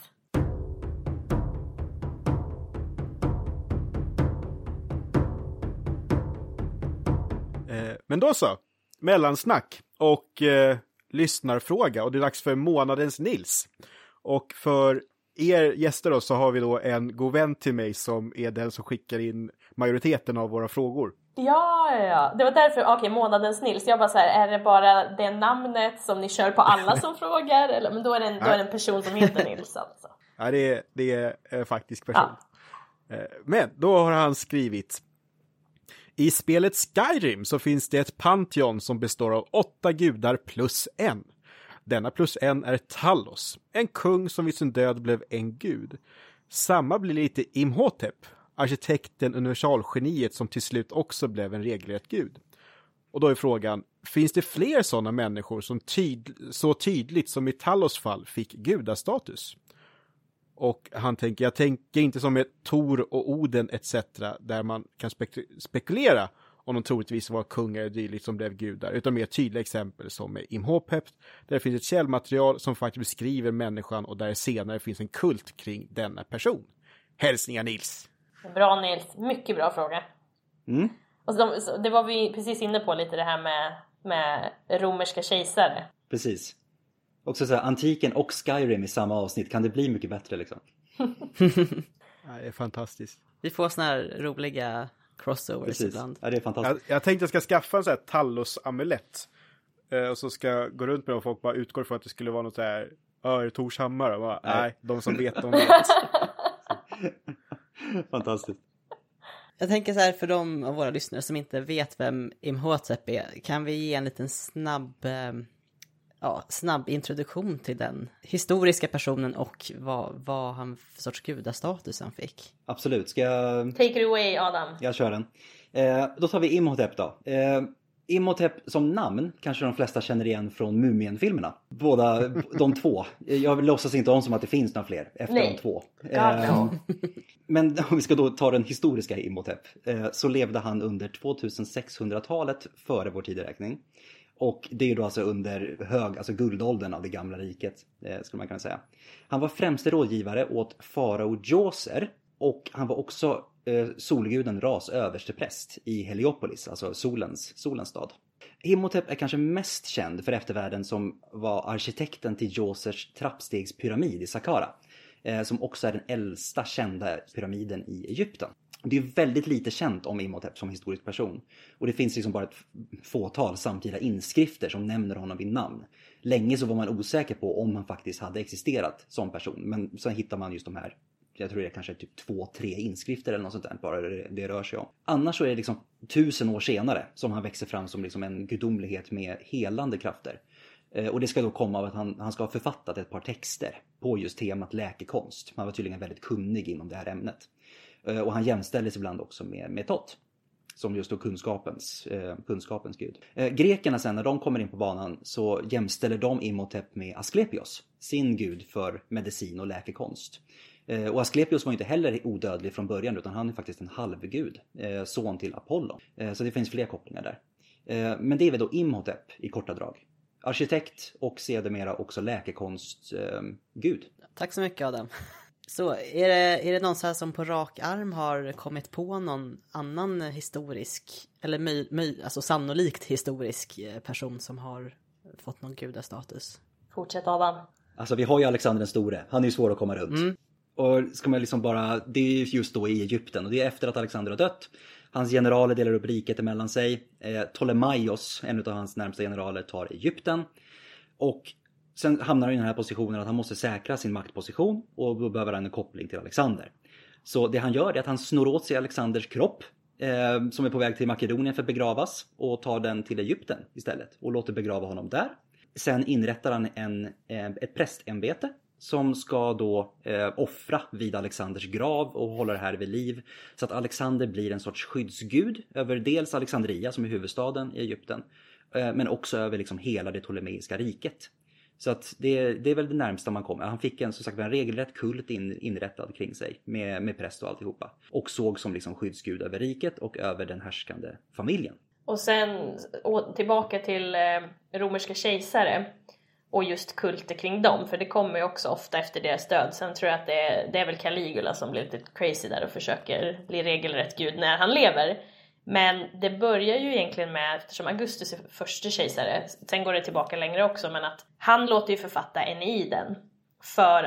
Men då så, mellansnack och lyssnarfråga, och det är dags för månadens Nils. Och för er gäster då, så har vi då en god vän till mig som är den som skickar in majoriteten av våra frågor. Ja. Det var därför, okej, månadens Nils. Jag bara så här, är det bara det namnet som ni kör på alla som frågar? Eller, men då är det en person som heter Nils alltså. Ja, det är en faktisk person. Ja. Men då har han skrivit: i spelet Skyrim så finns det ett pantheon som består av 8 gudar plus en. Denna plus en är Talos, en kung som vid sin död blev en gud. Samma blir lite Imhotep, arkitekten, universalgeniet som till slut också blev en regelrätt gud. Och då är frågan, finns det fler sådana människor som så tydligt som i Talos fall fick gudastatus? Och jag tänker inte som med Tor och Oden etc. där man kan spekulera om de troligtvis var kungar eller dylikt som blev gudar, utan mer tydliga exempel som med Imhotep, där det finns ett källmaterial som faktiskt beskriver människan och där det senare finns en kult kring denna person. Hälsningar Nils! Bra Nils, mycket bra fråga. Och det var vi precis inne på lite, det här med romerska kejsare. Precis. Också så här, antiken och Skyrim i samma avsnitt, kan det bli mycket bättre liksom? Ja, det är fantastiskt. Vi får såna här roliga crossovers. Precis. Ibland. Ja, det är fantastiskt. Jag tänkte jag ska skaffa en sån här Talos-amulett. Och så ska jag gå runt med dem och folk bara utgår för att det skulle vara något så här Torshammar. Nej, de som vet, de vet. Fantastiskt. Jag tänker så här, för de av våra lyssnare som inte vet vem Imhotep är, kan vi ge en liten snabb introduktion till den historiska personen och vad han för sorts gudastatus han fick. Absolut, ska jag... Take it away Adam. Jag kör den. Då tar vi Imhotep då. Imhotep som namn kanske de flesta känner igen från Mumien-filmerna. Båda de två. Jag låtsas inte om som att det finns några fler efter de två. Men om vi ska då ta den historiska Imhotep, så levde han under 2600-talet före vår tideräkning. Och det är då alltså under guldåldern av det gamla riket, skulle man kunna säga. Han var främste rådgivare åt farao Djoser, och han var också solguden Ras överstepräst i Heliopolis, alltså solens stad. Imhotep är kanske mest känd för eftervärlden som var arkitekten till Djosers trappstegspyramid i Saqqara, som också är den äldsta kända pyramiden i Egypten. Det är väldigt lite känt om Imhotep som historisk person. Och det finns liksom bara ett fåtal samtida inskrifter som nämner honom vid namn. Länge så var man osäker på om han faktiskt hade existerat som person. Men sen hittar man just de här, jag tror det är kanske typ 2-3 inskrifter eller något sånt där, bara det rör sig om. Annars så är det liksom 1000 år senare som han växer fram som liksom en gudomlighet med helande krafter. Och det ska då komma av att han ska ha författat ett par texter på just temat läkekonst. Han var tydligen väldigt kunnig inom det här ämnet. Och han jämställdes ibland också med Tot, som just då kunskapens gud. Grekerna sen, när de kommer in på banan, så jämställer de Imhotep med Asklepios, sin gud för medicin och läkekonst. Och Asklepios var inte heller odödlig från början, utan han är faktiskt en halvgud, son till Apollon. Så det finns fler kopplingar där. Men det är väl då Imhotep i korta drag. Arkitekt och sedermera också läkekonstgud. Tack så mycket Adam. Så är det någon så här som på rak arm har kommit på någon annan historisk, eller alltså sannolikt historisk person som har fått någon gudastatus? Fortsätt Adam. Alltså vi har ju Alexander den store, han är ju svår att komma runt. Och ska man liksom bara, det är just då i Egypten, och det är efter att Alexander har dött. Hans generaler delar upp riket emellan sig. Ptolemaios, en av hans närmsta generaler, tar Egypten. Och sen hamnar han i den här positionen att han måste säkra sin maktposition, och då behöver han en koppling till Alexander. Så det han gör är att han snor åt sig Alexanders kropp, som är på väg till Makedonien för att begravas, och tar den till Egypten istället och låter begrava honom där. Sen inrättar han ett prästämbete som ska då offra vid Alexanders grav och hålla det här vid liv. Så att Alexander blir en sorts skyddsgud över dels Alexandria som är huvudstaden i Egypten, men också över liksom hela det ptolemeiska riket. Så att det är väl det närmsta man kommer. Han fick en regelrätt kult inrättad kring sig med präst och alltihopa. Och såg som liksom skyddsgud över riket och över den härskande familjen. Och sen tillbaka till romerska kejsare och just kulter kring dem. För det kommer ju också ofta efter deras död. Sen tror jag att det är väl Caligula som blir lite crazy där och försöker bli regelrätt gud när han lever. Men det börjar ju egentligen med, eftersom Augustus är första kejsare, sen går det tillbaka längre också, men att han låter ju författa Eneiden för att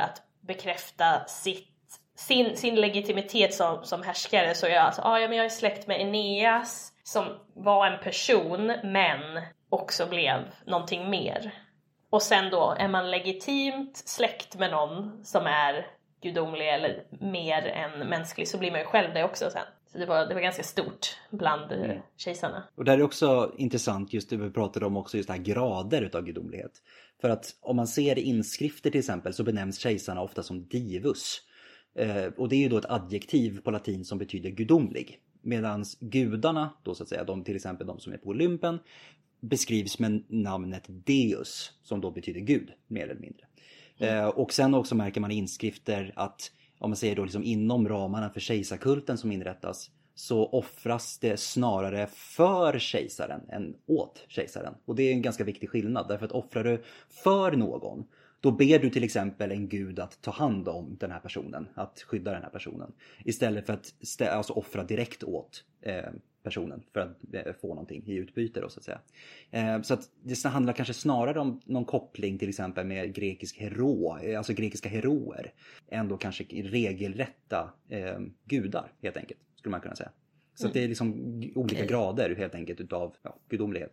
bekräfta sin legitimitet som härskare, så jag alltså, men jag är släkt med Aeneas som var en person men också blev någonting mer. Och sen då är man legitimt släkt med någon som är gudomlig eller mer än mänsklig, så blir man ju själv det också sen. Så det var ganska stort bland kejsarna. Och det är också intressant just det vi pratade om också, just det här grader utav gudomlighet. För att om man ser inskrifter till exempel så benämns kejsarna ofta som divus. Och det är ju då ett adjektiv på latin som betyder gudomlig. Medan gudarna, då så att säga, de, till exempel de som är på Olympen, beskrivs med namnet Deus, som då betyder Gud, mer eller mindre. Och sen också märker man i inskrifter att, om man säger då liksom inom ramarna för kejsarkulten som inrättas, så offras det snarare för kejsaren än åt kejsaren. Och det är en ganska viktig skillnad, därför att offrar du för någon, då ber du till exempel en gud att ta hand om den här personen, att skydda den här personen. Istället för att offra direkt åt personen för att få någonting i utbyte då, så att säga. Så att det handlar kanske snarare om någon koppling till exempel med grekiska heroer, än då kanske regelrätta gudar helt enkelt, skulle man kunna säga. Så att det är liksom olika grader helt enkelt utav gudomlighet.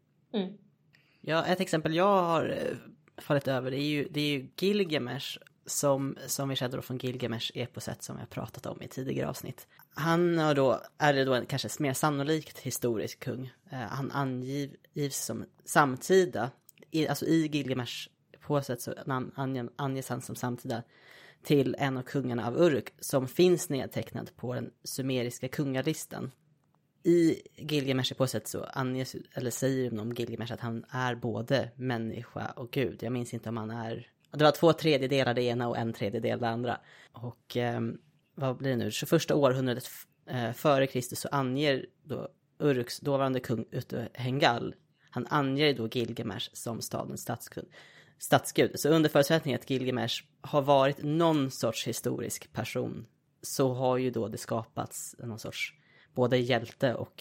Ja, ett exempel jag har fallit över, det är ju Gilgamesh som vi känner då från Gilgamesh-eposet som jag pratat om i tidigare avsnitt. Han är då en kanske mer sannolikt historisk kung. Han angivs som samtida, alltså i Gilgamesh-eposet så anges han som samtida till en av kungarna av Uruk som finns nedtecknad på den sumeriska kungalistan. I Gilgamesh-eposet så anges, eller säger de om Gilgamesh att han är både människa och gud. Jag minns inte om han är... Det var 2/3 det ena och 1/3 det andra. Och vad blir det nu? 21 århundradet före Kristus så anger då Uruks dåvarande kung Utu-Hengal. Han anger då Gilgamesh som stadens stadsgud. Så under förutsättning att Gilgamesh har varit någon sorts historisk person, så har ju då det skapats någon sorts både hjälte och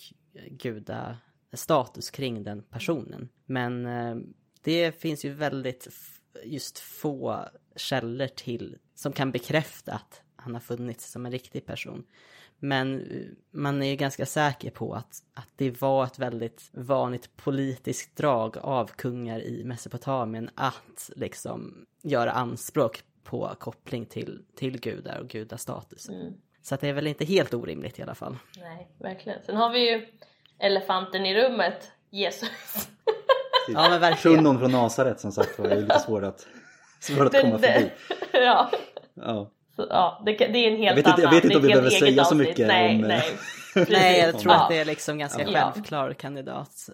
gudastatus kring den personen. Men det finns ju väldigt just få källor till som kan bekräfta att han har funnits som en riktig person. Men man är ju ganska säker på att det var ett väldigt vanligt politiskt drag av kungar i Mesopotamien att liksom göra anspråk på koppling till gudar och gudastatus. Så att det är väl inte helt orimligt i alla fall. Nej, verkligen. Sen har vi ju elefanten i rummet, Jesus. Ja, men verkligen. Shunon från Nasaret som sagt var lite svår att komma förbi. Ja. Så, det är en helt annan. Jag vet inte om vi behöver säga så mycket om... Nej, jag tror att det är liksom ganska självklar kandidat.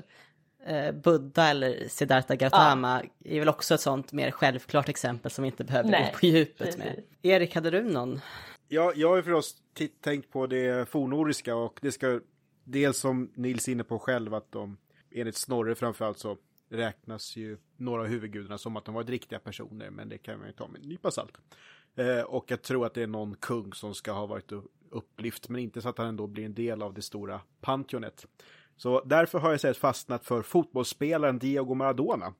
Buddha eller Siddhartha Gautama är väl också ett sånt mer självklart exempel som vi inte behöver gå på djupet med. Erik, hade du någon? Ja, jag har för oss tänkt på det fornnordiska, och det ska dels som Nils inne på själv att de enligt Snorre framförallt så räknas ju några av huvudgudarna som att de var riktiga personer, men det kan man ju ta med en nypa salt. Och jag tror att det är någon kung som ska ha varit upplyft, men inte så att han ändå blir en del av det stora pantheonet. Så därför har jag sett fastnat för fotbollsspelaren Diego Maradona.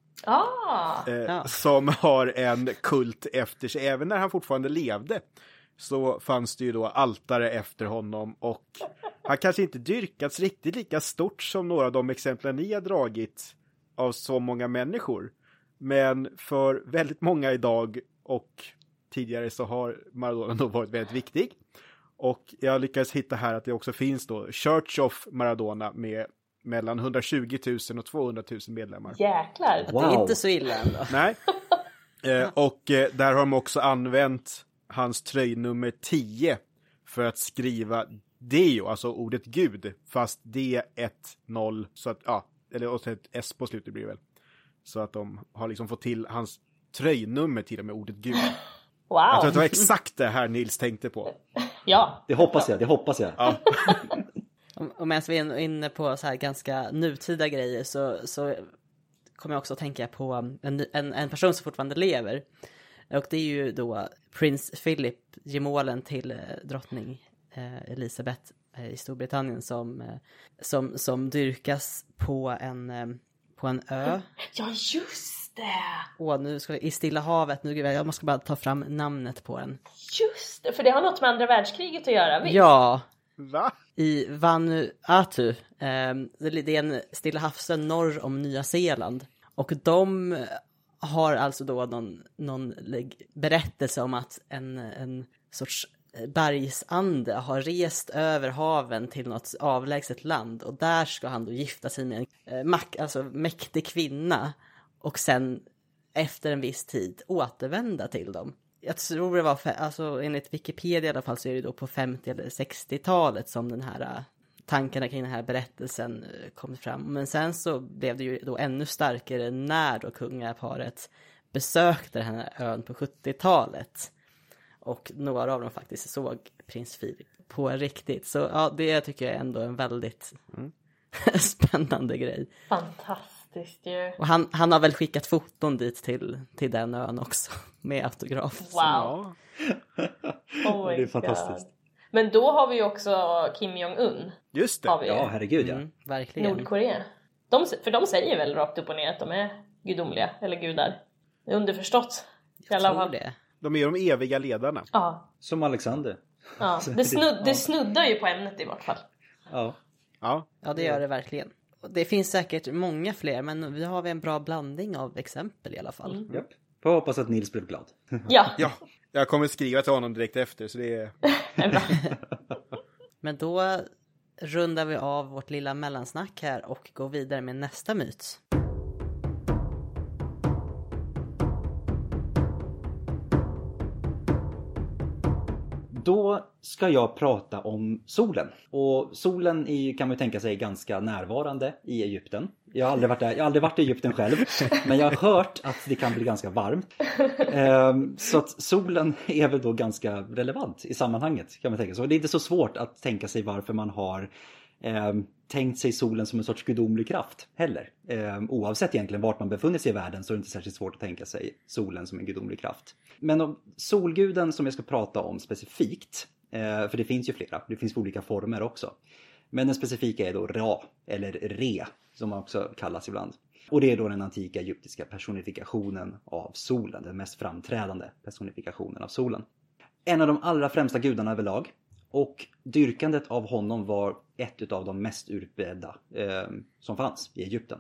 Som har en kult efter sig. Även när han fortfarande levde så fanns det ju då altare efter honom, och han kanske inte dyrkats riktigt lika stort som några av de exemplen ni har dragit av så många människor. Men för väldigt många idag och tidigare så har Maradona nog varit väldigt viktig. Och jag lyckades hitta här att det också finns då Church of Maradona med mellan 120 000 och 200 000 medlemmar. Jäklar! Wow. Det är inte så illa ändå. Nej. Och där har de också använt hans tröjnummer 10 för att skriva Deo, alltså ordet Gud, fast D1-0, så att, eller också ett S på slutet blir det väl. Så att de har liksom fått till hans tröjnummer till och med ordet Gud. Wow. Jag tror att det var exakt det här Nils tänkte på. Ja. Det hoppas jag. Ja. Och medan vi är inne på så här ganska nutida grejer så kommer jag också att tänka på en person som fortfarande lever. Och det är ju då prins Philip, gemålen till drottning Elisabeth i Storbritannien som dyrkas på en ö. Ja, just det! Nu ska vi i Stilla havet, jag måste bara ta fram namnet på den. Just det, för det har något med andra världskriget att göra, visst? Ja, Va? i Vanuatu. Det är en Stilla havsö norr om Nya Zeeland. Och de har alltså då någon berättelse om att en sorts bergsande har rest över haven till något avlägset land. Och där ska han då gifta sig med en mäktig kvinna. Och sen efter en viss tid återvända till dem. Jag tror det var, enligt Wikipedia i alla fall, så är det då på 50- eller 60-talet som den här tankarna kring den här berättelsen kom fram. Men sen så blev det ju då ännu starkare när då kungaparet besökte den här ön på 70-talet. Och några av dem faktiskt såg prins Philip på riktigt. Så ja, det tycker jag är ändå en väldigt spännande grej. Fantastiskt ju. Och han har väl skickat foton dit till den ön också med autograf. Wow. Ja. Oh my Det är fantastiskt. God. Men då har vi ju också Kim Jong-Un. Just det. Har vi ju. Ja, herregud ja. Verkligen. Nordkorea. För de säger väl rakt upp och ner att de är gudomliga, eller gudar. Underförstått. I alla Jag tror fall. det. De är de eviga ledarna. Ja. Som Alexander. Ja. Det snuddar ju på ämnet i vart fall. Ja. Ja. Ja, det gör det verkligen. Och det finns säkert många fler, men vi har en bra blandning av exempel i alla fall. Japp. Får hoppas att Nils blev glad. Ja. Ja, jag kommer skriva till honom direkt efter, så det är... Bra. Men då rundar vi av vårt lilla mellansnack här och går vidare med nästa myt. Då ska jag prata om solen. Och solen är ju, kan man ju tänka sig, ganska närvarande i Egypten. Jag har aldrig varit i Egypten själv, men jag har hört att det kan bli ganska varmt. Så att solen är väl då ganska relevant i sammanhanget, kan man tänka. Så det är inte så svårt att tänka sig varför man har tänkt sig solen som en sorts gudomlig kraft heller. Oavsett egentligen vart man befinner sig i världen så är det inte särskilt svårt att tänka sig solen som en gudomlig kraft. Men om solguden som jag ska prata om specifikt, för det finns ju flera, det finns olika former också. Men den specifika är då Ra, eller Re, som man också kallas ibland. Och det är då den antika egyptiska personifikationen av solen, den mest framträdande personifikationen av solen. En av de allra främsta gudarna överlag. Och dyrkandet av honom var ett av de mest utbredda som fanns i Egypten.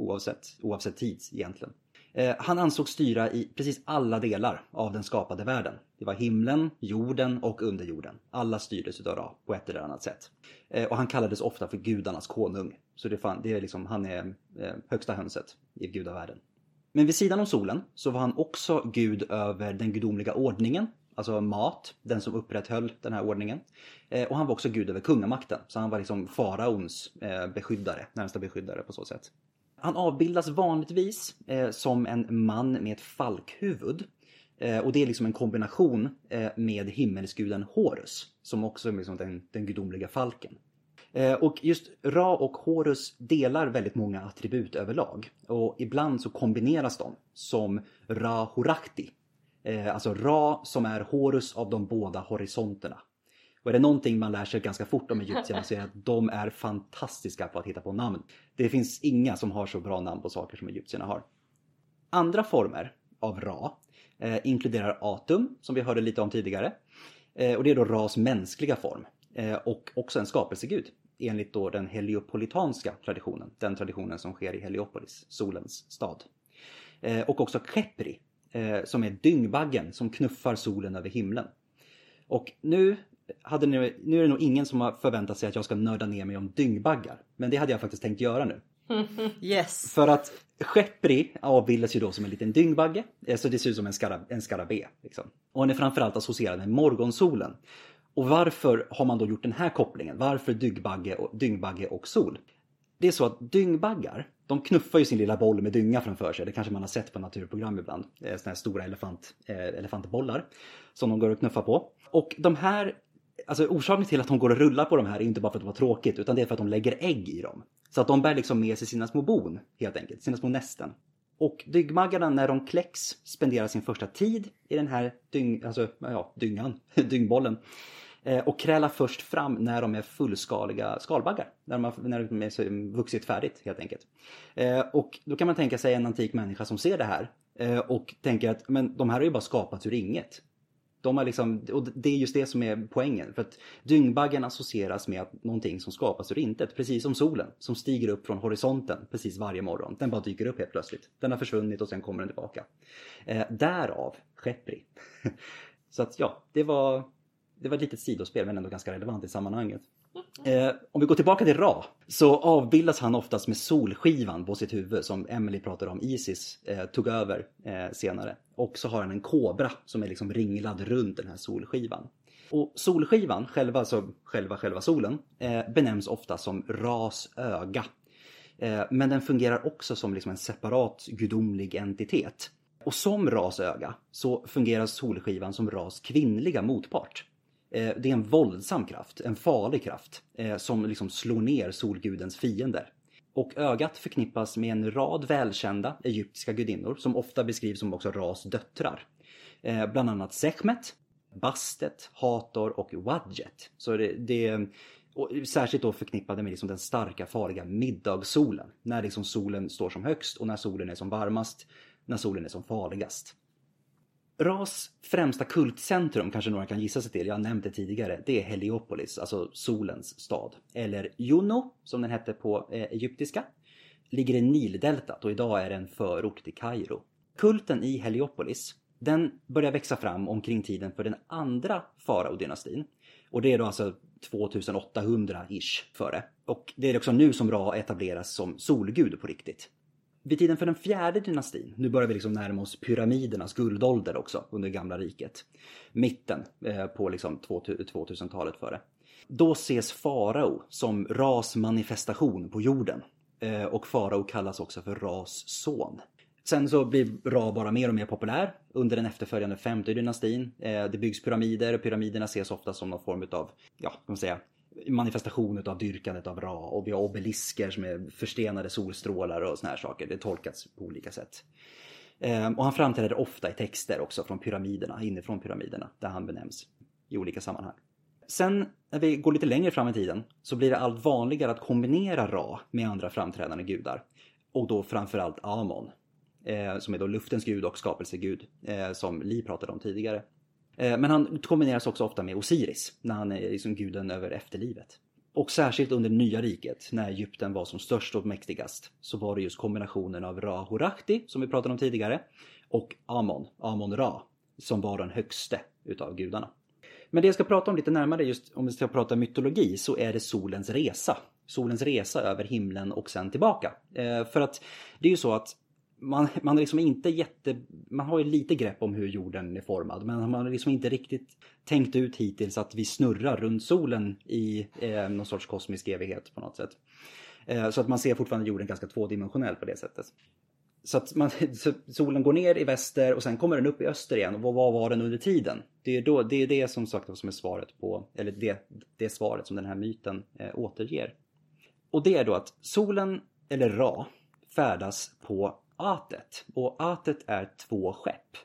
Oavsett tid egentligen. Han ansågs styra i precis alla delar av den skapade världen. Det var himlen, jorden och underjorden. Alla styrdes utav Ra på ett eller annat sätt. Och han kallades ofta för gudarnas konung. Så det är liksom, han är högsta hönset i gudavärlden. Men vid sidan om solen så var han också gud över den gudomliga ordningen. Alltså mat, den som upprätthöll den här ordningen. Och han var också gud över kungamakten. Så han var liksom faraons närmsta beskyddare på så sätt. Han avbildas vanligtvis som en man med ett falkhuvud. Och det är liksom en kombination med himmelsguden Horus. Som också är liksom den gudomliga falken. Och just Ra och Horus delar väldigt många attribut överlag. Och ibland så kombineras de som Ra-Horakti. Alltså Ra som är Horus av de båda horisonterna. Och är det någonting man lär sig ganska fort om egyptierna så är det att de är fantastiska på att hitta på namn. Det finns inga som har så bra namn på saker som egyptierna har. Andra former av Ra inkluderar Atum, som vi hörde lite om tidigare. Och det är då Ras mänskliga form. Och också en skapelsegud. Enligt då den heliopolitanska traditionen. Den traditionen som sker i Heliopolis, solens stad. Och också Khepri. Som är dyngbaggen som knuffar solen över himlen. Och nu är det nog ingen som har förväntat sig att jag ska nörda ner mig om dyngbaggar. Men det hade jag faktiskt tänkt göra nu. Yes. För att Khepri avbildas ju då som en liten dyngbagge. Så det ser ut som en skarabé. Liksom. Och han är framförallt associerad med morgonsolen. Och varför har man då gjort den här kopplingen? Varför dyngbagge och sol? Det är så att dyngbaggar, de knuffar ju sin lilla boll med dynga framför sig. Det kanske man har sett på naturprogram ibland. Såna här stora elefantbollar som de går och knuffar på. Och de här, alltså orsaken till att de går och rullar på de här är inte bara för att de har tråkigt, utan det är för att de lägger ägg i dem. Så att de bär liksom med sig sina små bon, helt enkelt, sina små nästen. Och dyngbaggarna, när de kläcks, spenderar sin första tid i den här dyngbollen. Och krälar först fram när de är fullskaliga skalbaggar. När de är vuxit färdigt helt enkelt. Och då kan man tänka sig en antik människa som ser det här. Och tänker att men de här har ju bara skapats ur inget. De har liksom, och det är just det som är poängen. För att dyngbaggen associeras med att någonting som skapas ur intet. Precis som solen som stiger upp från horisonten precis varje morgon. Den bara dyker upp helt plötsligt. Den har försvunnit och sen kommer den tillbaka. Därav Khepri. Så att ja, det var ett litet sidospel men ändå ganska relevant i sammanhanget. Om vi går tillbaka till Ra så avbildas han oftast med solskivan på sitt huvud som Emily pratade om. Isis tog över senare. Och så har han en kobra som är liksom ringlad runt den här solskivan. Och solskivan, själva solen, benämns ofta som Ras öga. Men den fungerar också som liksom en separat gudomlig entitet. Och som Ras öga så fungerar solskivan som Ras kvinnliga motpart. Det är en våldsam kraft, en farlig kraft som liksom slår ner solgudens fiender. Och ögat förknippas med en rad välkända egyptiska gudinnor som ofta beskrivs som också Ras döttrar. Bland annat Sekhmet, Bastet, Hathor och Wadjet. Så det är särskilt då förknippade med liksom den starka farliga middagssolen. När liksom solen står som högst och när solen är som varmast, när solen är som farligast. Ras främsta kultcentrum, kanske några kan gissa sig till, jag har nämnt det tidigare, det är Heliopolis, alltså solens stad. Eller Juno, som den hette på egyptiska, ligger i Nildeltat och idag är det en förort till Kairo. Kulten i Heliopolis, den börjar växa fram omkring tiden för den andra faraodynastin. Och det är då alltså 2800-ish före. Och det är också nu som Ra etableras som solgud på riktigt. Vid tiden för den fjärde dynastin, nu börjar vi liksom närma oss pyramidernas guldålder också under gamla riket. Mitten på liksom 2000-talet före. Då ses farao som Ras manifestation på jorden. Och farao kallas också för Ras son. Sen så blir Ra bara mer och mer populär under den efterföljande femte dynastin. Det byggs pyramider och pyramiderna ses ofta som någon form av, ja, kan man säga, manifestation av dyrkandet av Ra. Och vi har obelisker som är förstenade solstrålar och såna här saker. Det tolkas på olika sätt. Och han framträder ofta i texter också från pyramiderna, inifrån pyramiderna, där han benämns i olika sammanhang. Sen när vi går lite längre fram i tiden så blir det allt vanligare att kombinera Ra med andra framträdande gudar. Och då framförallt Amon, som är då luftens gud och skapelsegud, som Li pratade om tidigare. Men han kombineras också ofta med Osiris när han är liksom guden över efterlivet. Och särskilt under nya riket, när Egypten var som störst och mäktigast, så var det just kombinationen av Ra-Horachti, som vi pratade om tidigare, och Amon-Ra, som var den högste utav gudarna. Men det jag ska prata om lite närmare, just om vi ska prata mytologi, så är det solens resa. Solens resa över himlen och sen tillbaka. För att det är ju så att man är liksom inte man har ju lite grepp om hur jorden är formad, men man har liksom inte riktigt tänkt ut hittills att vi snurrar runt solen i någon sorts kosmisk evighet på något sätt. Så att man ser fortfarande jorden ganska tvådimensionell på det sättet. Så att så solen går ner i väster och sen kommer den upp i öster igen. Och vad var den under tiden? Det är det som sagt som är svaret på, eller det svaret som den här myten återger. Och det är då att solen, eller Ra, färdas på Atet. Och Atet är 2 skepp.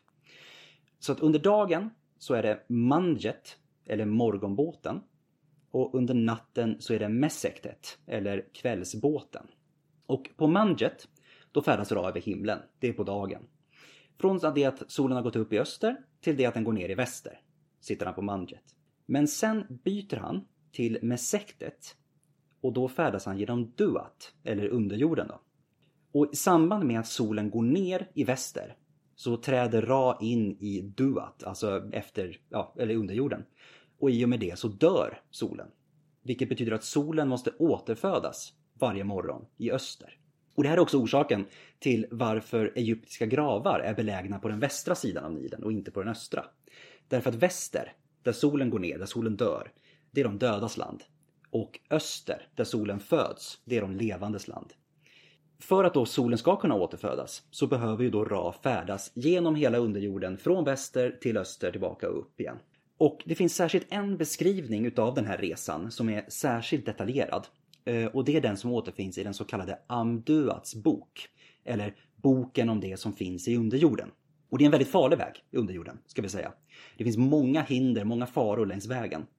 Så att under dagen så är det Manjet, eller morgonbåten. Och under natten så är det Mesektet, eller kvällsbåten. Och på Manjet, då färdas Ra över himlen. Det är på dagen. Från det att solen har gått upp i öster till det att den går ner i väster sitter han på Manjet. Men sen byter han till Mesektet. Och då färdas han genom Duat, eller underjorden då. Och i samband med att solen går ner i väster så träder Ra in i Duat, alltså eller underjorden. Och i och med det så dör solen. Vilket betyder att solen måste återfödas varje morgon i öster. Och det här är också orsaken till varför egyptiska gravar är belägna på den västra sidan av Nilen och inte på den östra. Därför att väster, där solen går ner, där solen dör, det är de dödas land. Och öster, där solen föds, det är de levandes land. För att då solen ska kunna återfödas så behöver ju då Ra färdas genom hela underjorden från väster till öster tillbaka och upp igen. Och det finns särskilt en beskrivning utav den här resan som är särskilt detaljerad. Och det är den som återfinns i den så kallade Amduats bok. Eller boken om det som finns i underjorden. Och det är en väldigt farlig väg i underjorden, ska vi säga. Det finns många hinder, många faror längs vägen.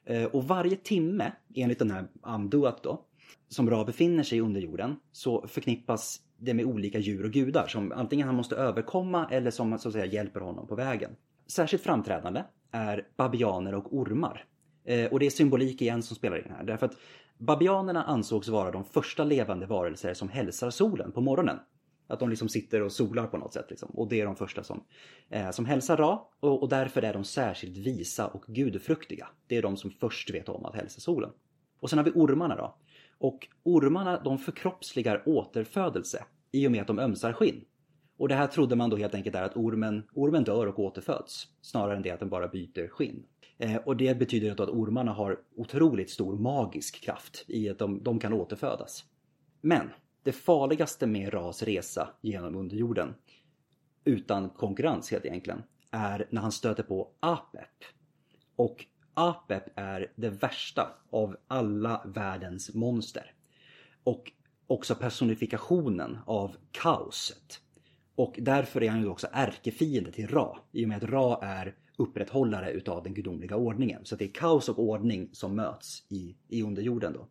Och varje timme, enligt den här Amduat då, som Ra befinner sig under jorden, så förknippas det med olika djur och gudar som antingen han måste överkomma eller som så att säga hjälper honom på vägen. Särskilt framträdande är babianer och ormar. Och det är symbolik igen som spelar in här. Därför att babianerna ansågs vara de första levande varelser som hälsar solen på morgonen. Att de liksom sitter och solar på något sätt. Liksom. Och det är de första som hälsar Ra. Och därför är de särskilt visa och gudfruktiga. Det är de som först vet om att hälsa solen. Och sen har vi ormarna då. Och ormarna de förkroppsligar återfödelse i och med att de ömsar skinn. Och det här trodde man då helt enkelt är att ormen dör och återföds. Snarare än det att den bara byter skinn. Och det betyder då att ormarna har otroligt stor magisk kraft i att de kan återfödas. Men det farligaste med Ras resa genom underjorden, utan konkurrens helt egentligen, är när han stöter på Apep. Och Apep är det värsta av alla världens monster. Och också personifikationen av kaoset. Och därför är han ju också ärkefiende till Ra. I och med att Ra är upprätthållare utav den gudomliga ordningen. Så det är kaos och ordning som möts i underjorden då.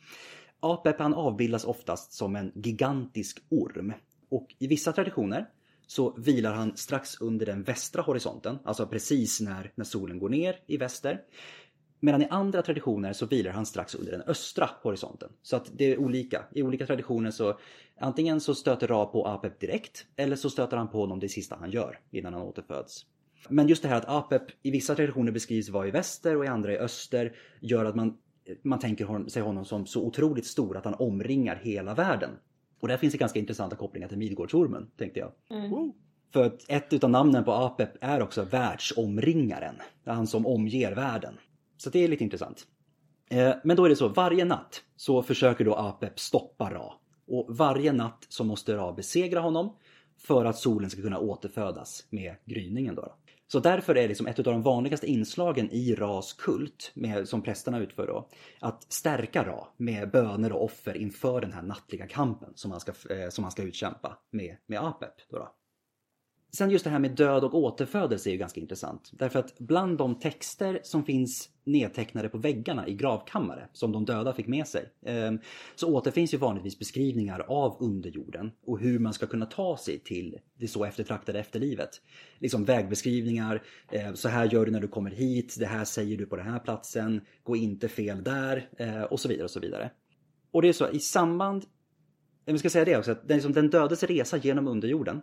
Apep han avbildas oftast som en gigantisk orm. Och i vissa traditioner så vilar han strax under den västra horisonten. Alltså precis när solen går ner i väster. Medan i andra traditioner så vilar han strax under den östra horisonten. Så att det är olika. I olika traditioner så antingen så stöter Ra på Apep direkt. Eller så stöter han på honom det sista han gör innan han återföds. Men just det här att Apep i vissa traditioner beskrivs vara i väster och i andra i öster gör att man tänker sig honom som så otroligt stor att han omringar hela världen. Och där finns det ganska intressanta kopplingar till Midgårdsormen, tänkte jag. För att ett utav namnen på Apep är också världsomringaren. Det är han som omger världen. Så det är lite intressant. Men då är det så, varje natt så försöker då Apep stoppa Ra. Och varje natt så måste Ra besegra honom för att solen ska kunna återfödas med gryningen då. Så därför är liksom ett av de vanligaste inslagen i Ras kult som prästerna utför då, att stärka Ra med böner och offer inför den här nattliga kampen som han ska utkämpa med Apep då. Sen just det här med död och återfödelse är ju ganska intressant. Därför att bland de texter som finns nedtecknade på väggarna i gravkammare som de döda fick med sig, så återfinns ju vanligtvis beskrivningar av underjorden och hur man ska kunna ta sig till det så eftertraktade efterlivet. Liksom vägbeskrivningar, så här gör du när du kommer hit, det här säger du på den här platsen, gå inte fel där, och så vidare och så vidare. Och det är så i samband, jag ska säga det också, att den dödes resa genom underjorden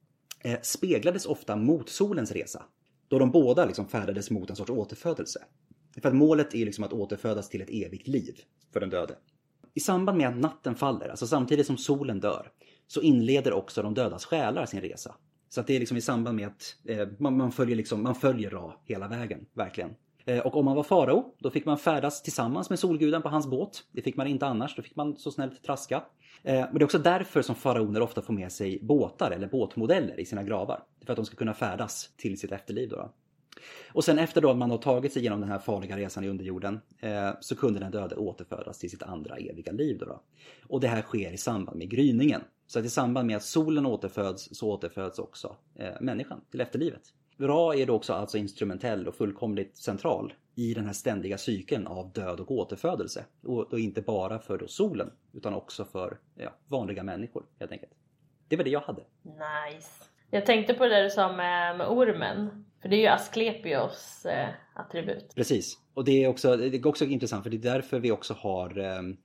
speglades ofta mot solens resa. Då de båda liksom färdades mot en sorts återfödelse. För att målet är liksom att återfödas till ett evigt liv för den döde. I samband med att natten faller, alltså samtidigt som solen dör, så inleder också de dödas själar sin resa. Så att det är liksom i samband med att man följer Ra hela vägen, verkligen. Och om man var farao, då fick man färdas tillsammans med solguden på hans båt. Det fick man inte annars, då fick man så snällt traska. Men det är också därför som faraoner ofta får med sig båtar eller båtmodeller i sina gravar. För att de ska kunna färdas till sitt efterliv då. Och sen efter då man har tagit sig igenom den här farliga resan i underjorden, så kunde den döde återfödas till sitt andra eviga liv då. Och det här sker i samband med gryningen. Så att i samband med att solen återföds, så återföds också människan till efterlivet. Ra är då också alltså instrumentell och fullkomligt central i den här ständiga cykeln av död och återfödelse. Och då inte bara för då solen, utan också för vanliga människor helt enkelt. Det var det jag hade. Nice. Jag tänkte på det du sa med ormen. För det är ju Asklepios attribut. Precis. Och det är också intressant, för det är därför vi också har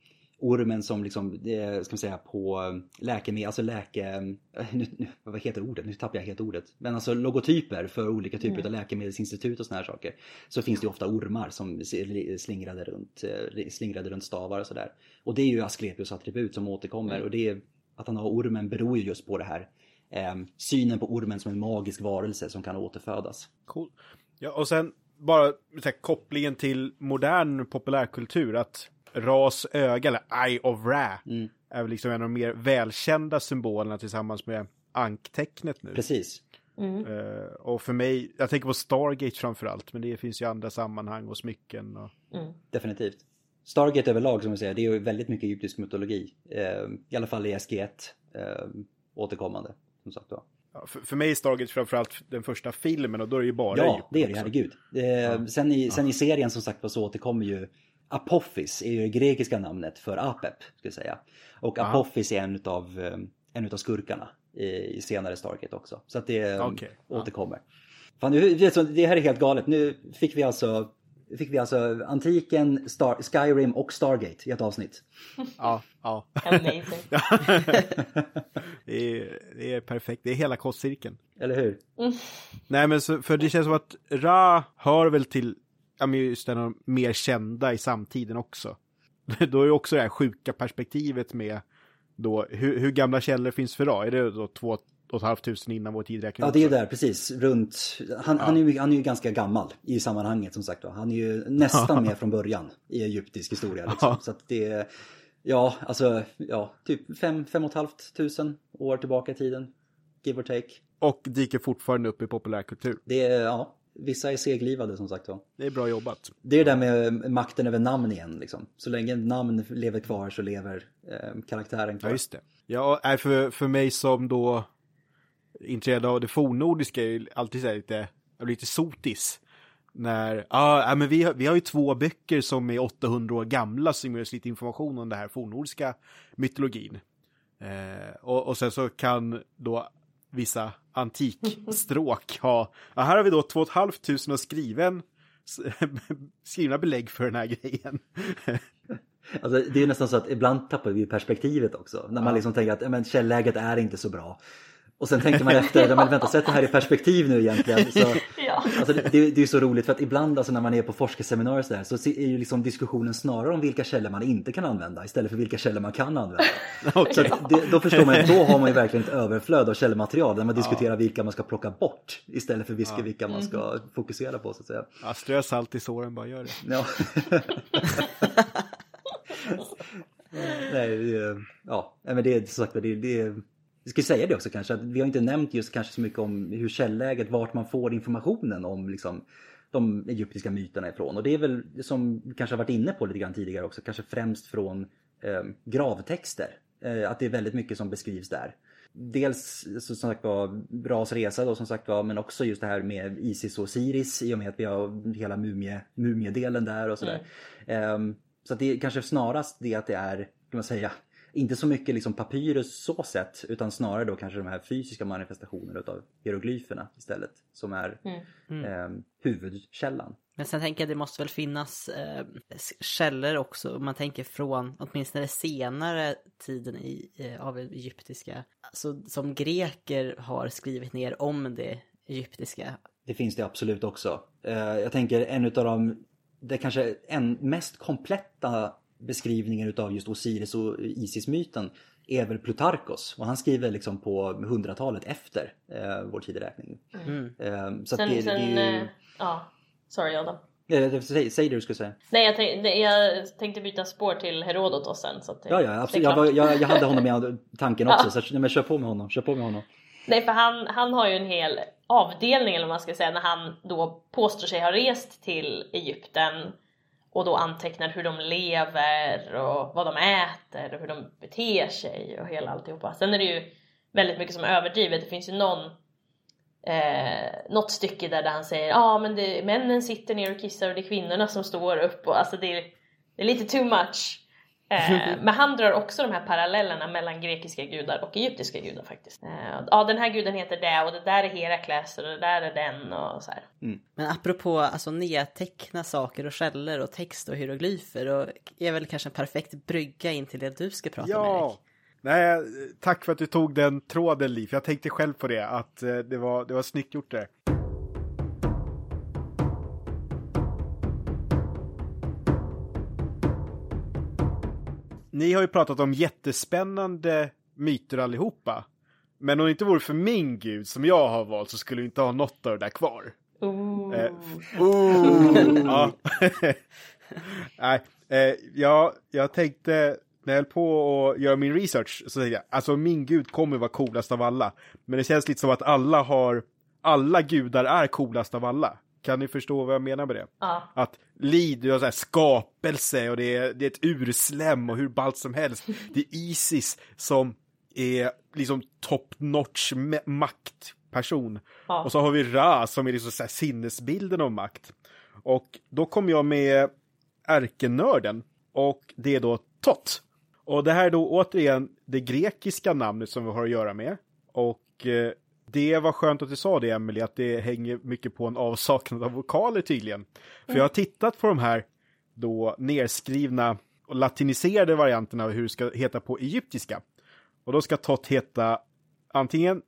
ormen som liksom, ska man säga, på läkemedel, alltså vad heter ordet? Nu tappar jag helt ordet. Men alltså logotyper för olika typer av läkemedelsinstitut och såna här saker. Så finns det ofta ormar som slingrade runt stavar och sådär. Och det är ju Asklepios attribut som återkommer. Och det är att han har ormen beror ju just på det här. Synen på ormen som en magisk varelse som kan återfödas. Cool. Ja, och sen bara här, kopplingen till modern populärkultur, att Ras öga, eller Eye of Ra, är väl liksom en av de mer välkända symbolerna tillsammans med anktecknet nu. Precis. Och för mig, jag tänker på Stargate framförallt, men det finns ju andra sammanhang och smycken. Och... Definitivt. Stargate överlag, som vi säger, det är ju väldigt mycket egyptisk mytologi. I alla fall i SG1 återkommande, som sagt då. Ja, för mig är Stargate framförallt den första filmen och då är det ju bara Ja, det är det, också. herregud. Sen i serien som sagt så återkommer ju Apophis är ju det grekiska namnet för Apep, ska jag säga. Och Apophis är en utav skurkarna i senare Stargate också. Så att det återkommer. Fan, det här är helt galet. Nu fick vi alltså antiken, Skyrim och Stargate i ett avsnitt. Ja. Amazing. Det är perfekt. Det är hela kostcirkeln. Eller hur? Nej, men för det känns som att Ra hör väl till just den mer kända i samtiden också. Då är det också det här sjuka perspektivet med då, hur gamla källor finns för Ra? Är det då 2 500 innan vår tidräkning? Ja, det är där precis. Han är ju ganska gammal i sammanhanget, som sagt. Han är ju nästan med från början i egyptisk historia. Liksom. Så att det är, typ 5 500 år tillbaka i tiden. Give or take. Och dyker fortfarande upp i populärkultur. Det är, vissa är seglivade, som sagt. Det är bra jobbat. Det är det där med makten över namn igen. Liksom. Så länge namn lever kvar så lever karaktären kvar. Ja, just det. Ja, för mig som då intresserad av det fornnordiska är ju alltid så här lite sotis. Men vi har ju 2 böcker som är 800 år gamla som ger oss lite information om det här fornnordiska mytologin. Och sen så kan då vissa antikstråk ha... Ja, här har vi då 2 500 skrivna belägg för den här grejen. Alltså, det är nästan så att ibland tappar vi perspektivet också. När man liksom tänker att källäget är inte så bra. Och sen tänker man efter, vänta, sätt det här i perspektiv nu egentligen. Så, alltså, det är så roligt för att ibland alltså, när man är på forskarseminarier så är ju liksom diskussionen snarare om vilka källor man inte kan använda istället för vilka källor man kan använda. Så då förstår man, då har man ju verkligen ett överflöd av källmaterial där man diskuterar vilka man ska plocka bort istället för vilka man ska fokusera på, så att säga. Ja, strö salt i såren, bara gör det. Ja. Men det är så sagt, vi ska säga det också kanske, att vi har inte nämnt just kanske så mycket om hur källläget, vart man får informationen om liksom de egyptiska myterna ifrån. Och det är väl, som vi kanske har varit inne på lite grann tidigare också, kanske främst från gravtexter. Att det är väldigt mycket som beskrivs där. Dels som sagt var Ras resa då, som sagt var, men också just det här med Isis och Osiris i och med att vi har hela mumiedelen där och sådär. Så att det är kanske snarast det att det är, kan man säga, inte så mycket liksom papyrus så sett, utan snarare då kanske de här fysiska manifestationerna av hieroglyferna istället, som är huvudkällan. Men sen tänker jag att det måste väl finnas källor också, om man tänker från åtminstone senare tiden av egyptiska, alltså, som greker har skrivit ner om det egyptiska. Det finns det absolut också. Jag tänker en utav det kanske mest kompletta beskrivningen utav just Osiris och Isis-myten är väl Plutarkos, och han skriver liksom på 100-talet efter vår tideräkning. Så sorry Adam. Säg det du skulle säga. Nej, jag tänkte byta spår till Herodotos sen. Så att ja, absolut. Jag hade honom i tanken också, så men kör på med honom. Nej, för han har ju en hel avdelning, eller vad man ska säga, när han då påstår sig ha rest till Egypten och då antecknar hur de lever och vad de äter och hur de beter sig och hela alltihopa. Sen är det ju väldigt mycket som är överdrivet. Det finns ju något stycke där han säger men männen sitter ner och kissar och det är kvinnorna som står upp. Och, alltså det är lite too much. Men han drar också de här parallellerna mellan grekiska gudar och egyptiska gudar faktiskt. Den här guden heter det och det där är Herakles och det där är den och så här. Men apropå alltså nedteckna saker och källor och text och hieroglyfer, och är väl kanske en perfekt brygga in till det du ska prata med, Erik. Nej, tack för att du tog den tråden, Liv. Jag tänkte själv på det, att det var snyggt gjort det. Ni har ju pratat om jättespännande myter allihopa. Men om det inte vore för min gud som jag har valt så skulle vi inte ha något av det där kvar. Ja. Nej, jag tänkte när jag höll på att göra min research så säger jag, alltså min gud kommer vara coolast av alla. Men det känns lite som att alla gudar är coolast av alla. Kan ni förstå vad jag menar med det? Ja. Att Lid, du har så här skapelse och det är ett urslem och hur ballt som helst. Det är Isis som är liksom top notch maktperson. Ja. Och så har vi Ra som är liksom så här sinnesbilden av makt. Och då kom jag med ärkenörden. Och det är då Tot. Och det här är då återigen det grekiska namnet som vi har att göra med. Och det var skönt att du sa det, Emily, att det hänger mycket på en avsaknad av vokaler tydligen. För jag har tittat på de här då nerskrivna och latiniserade varianterna av hur det ska heta på egyptiska. Och då ska Tot heta antingen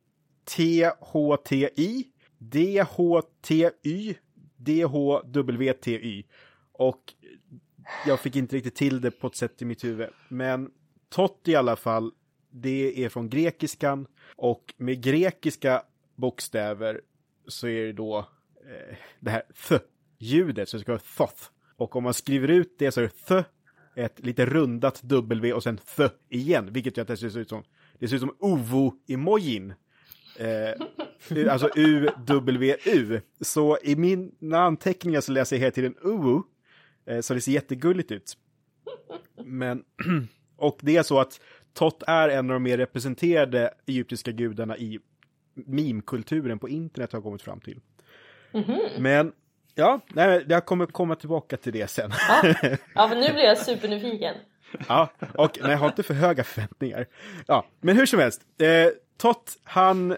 THTI, DHTY, DHWTY. Och jag fick inte riktigt till det på ett sätt i mitt huvud. Men Tot i alla fall, det är från grekiskan. Och med grekiska bokstäver så är det då det här th-ljudet. Så det ska vara thoth. Och om man skriver ut det så är det th, ett lite rundat W och sen th igen. Vilket gör att det ser ut som ovo-emojin. Alltså U-W-U. Så i mina anteckningar så läser jag hela tiden uvu. Så det ser jättegulligt ut. Men, och det är så att Tot är en av de mer representerade egyptiska gudarna i meme-kulturen på internet har jag kommit fram till. Men ja, jag kommer komma tillbaka till det sen. Ja, för nu blir jag supernyfiken. Ja, och nej, jag har inte för höga förväntningar. Ja, men hur som helst. Tot, han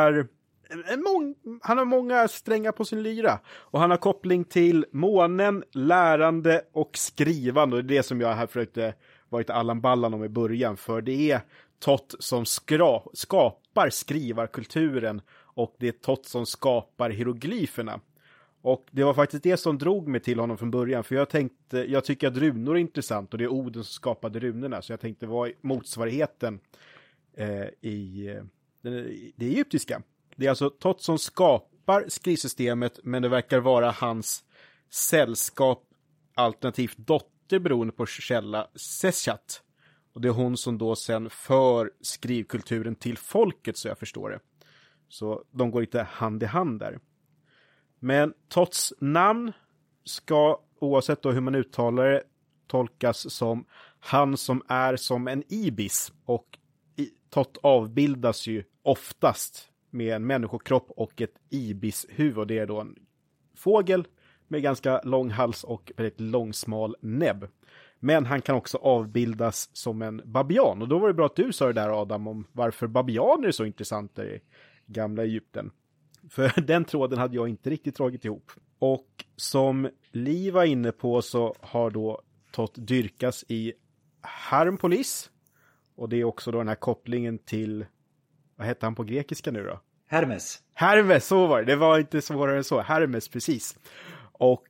har många strängar på sin lyra. Och han har koppling till månen, lärande och skrivande. Och det är det som jag här försökte varit Allan Ballan om i början. För det är Tot som skapar skrivarkulturen. Och det är Tot som skapar hieroglyferna. Och det var faktiskt det som drog mig till honom från början. För jag tycker att runor är intressant. Och det är Oden som skapade runorna. Så jag tänkte, vad är motsvarigheten i det egyptiska? Det är alltså Tot som skapar skrivsystemet. Men det verkar vara hans sällskap, alternativt dotter beroende på källa, Seshat. Och det är hon som då sen för skrivkulturen till folket, så jag förstår det. Så de går lite hand i hand där. Men Tots namn ska, oavsett då hur man uttalar det, tolkas som han som är som en ibis. Och Tot avbildas ju oftast med en människokropp och ett ibishuvud. Det är då en fågel med ganska lång hals och väldigt lång smal näbb. Men han kan också avbildas som en babian. Och då var det bra att du sa det där, Adam, om varför babianer är så intressanta i gamla Egypten. För den tråden hade jag inte riktigt dragit ihop. Och som Li var inne på så har då Tot dyrkas i Hermopolis. Och det är också då den här kopplingen till, vad heter han på grekiska nu då? Hermes, så var det. Det var inte svårare än så. Hermes, precis. Och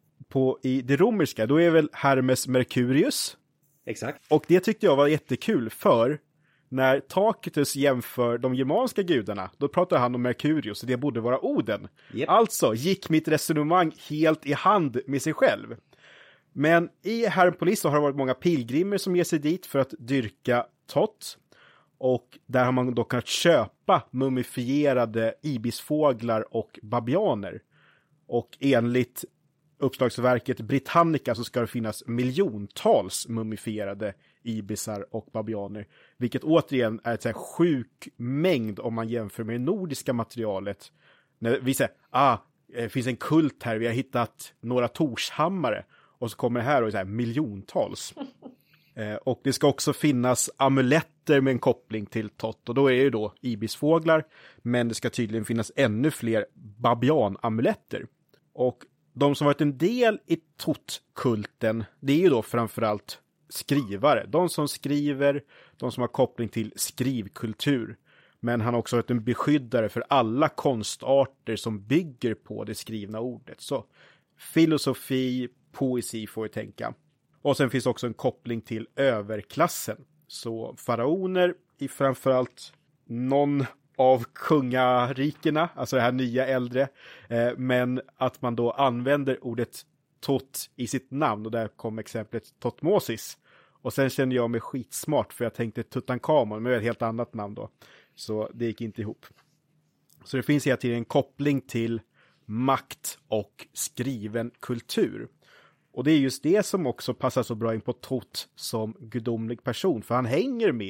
i det romerska, då är väl Hermes Mercurius. Exakt. Och det tyckte jag var jättekul, för när Tacitus jämför de germanska gudarna, då pratar han om Mercurius och det borde vara Oden. Yep. Alltså gick mitt resonemang helt i hand med sig själv. Men i Hermopolis så har det varit många pilgrimer som ger sig dit för att dyrka Tot. Och där har man då kunnat köpa mumifierade ibisfåglar och babianer. Och enligt uppslagsverket Britannica så ska det finnas miljontals mumifierade ibisar och babianer. Vilket återigen är ett så här sjuk mängd om man jämför med det nordiska materialet. När vi säger, det finns en kult här, vi har hittat några torshammare. Och så kommer det här och så här miljontals. Och det ska också finnas amuletter med en koppling till Tot. Och då är det då ibisfåglar. Men det ska tydligen finnas ännu fler babianamuletter. Och de som varit en del i Tot-kulten, det är ju då framförallt skrivare. De som skriver, de som har koppling till skrivkultur. Men han har också varit en beskyddare för alla konstarter som bygger på det skrivna ordet. Så filosofi, poesi får vi tänka. Och sen finns också en koppling till överklassen. Så faraoner i framförallt någon av kungarikena, alltså det här nya äldre. Men att man då använder ordet Tot i sitt namn. Och där kom exemplet Totmosis. Och sen kände jag mig skitsmart för jag tänkte Tutankhamon, men ett helt annat namn då. Så det gick inte ihop. Så det finns hela tiden en koppling till makt och skriven kultur. Och det är just det som också passar så bra in på Tot som gudomlig person. För han hänger med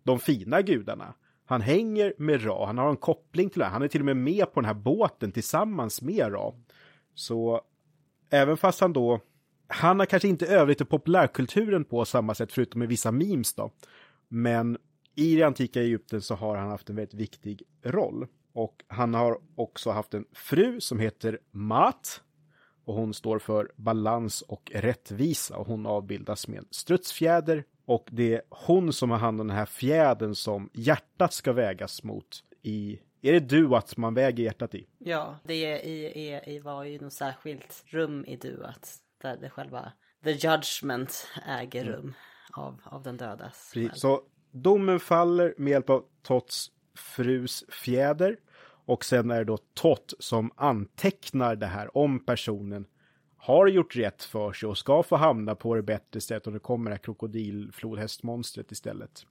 de fina gudarna. Han hänger med Ra, han har en koppling till det. Han är till och med med på den här båten tillsammans med Ra. Så även fast han har kanske inte övrigt i populärkulturen på samma sätt förutom med vissa memes då. Men i det antika Egypten så har han haft en väldigt viktig roll. Och han har också haft en fru som heter Mat. Och hon står för balans och rättvisa. Och hon avbildas med en strutsfjäder. Och det är hon som har hand om den här fjädern som hjärtat ska vägas mot. Är det Duat man väger hjärtat i? Ja, det var ju något särskilt rum i Duat. Där det själva the judgment äger rum av den dödas. Precis. Så domen faller med hjälp av Tots frus fjäder. Och sen är det då Tot som antecknar det här om personen har gjort rätt för sig och ska få hamna på det bättre sätt och det kommer det här krokodilflodhästmonstret istället.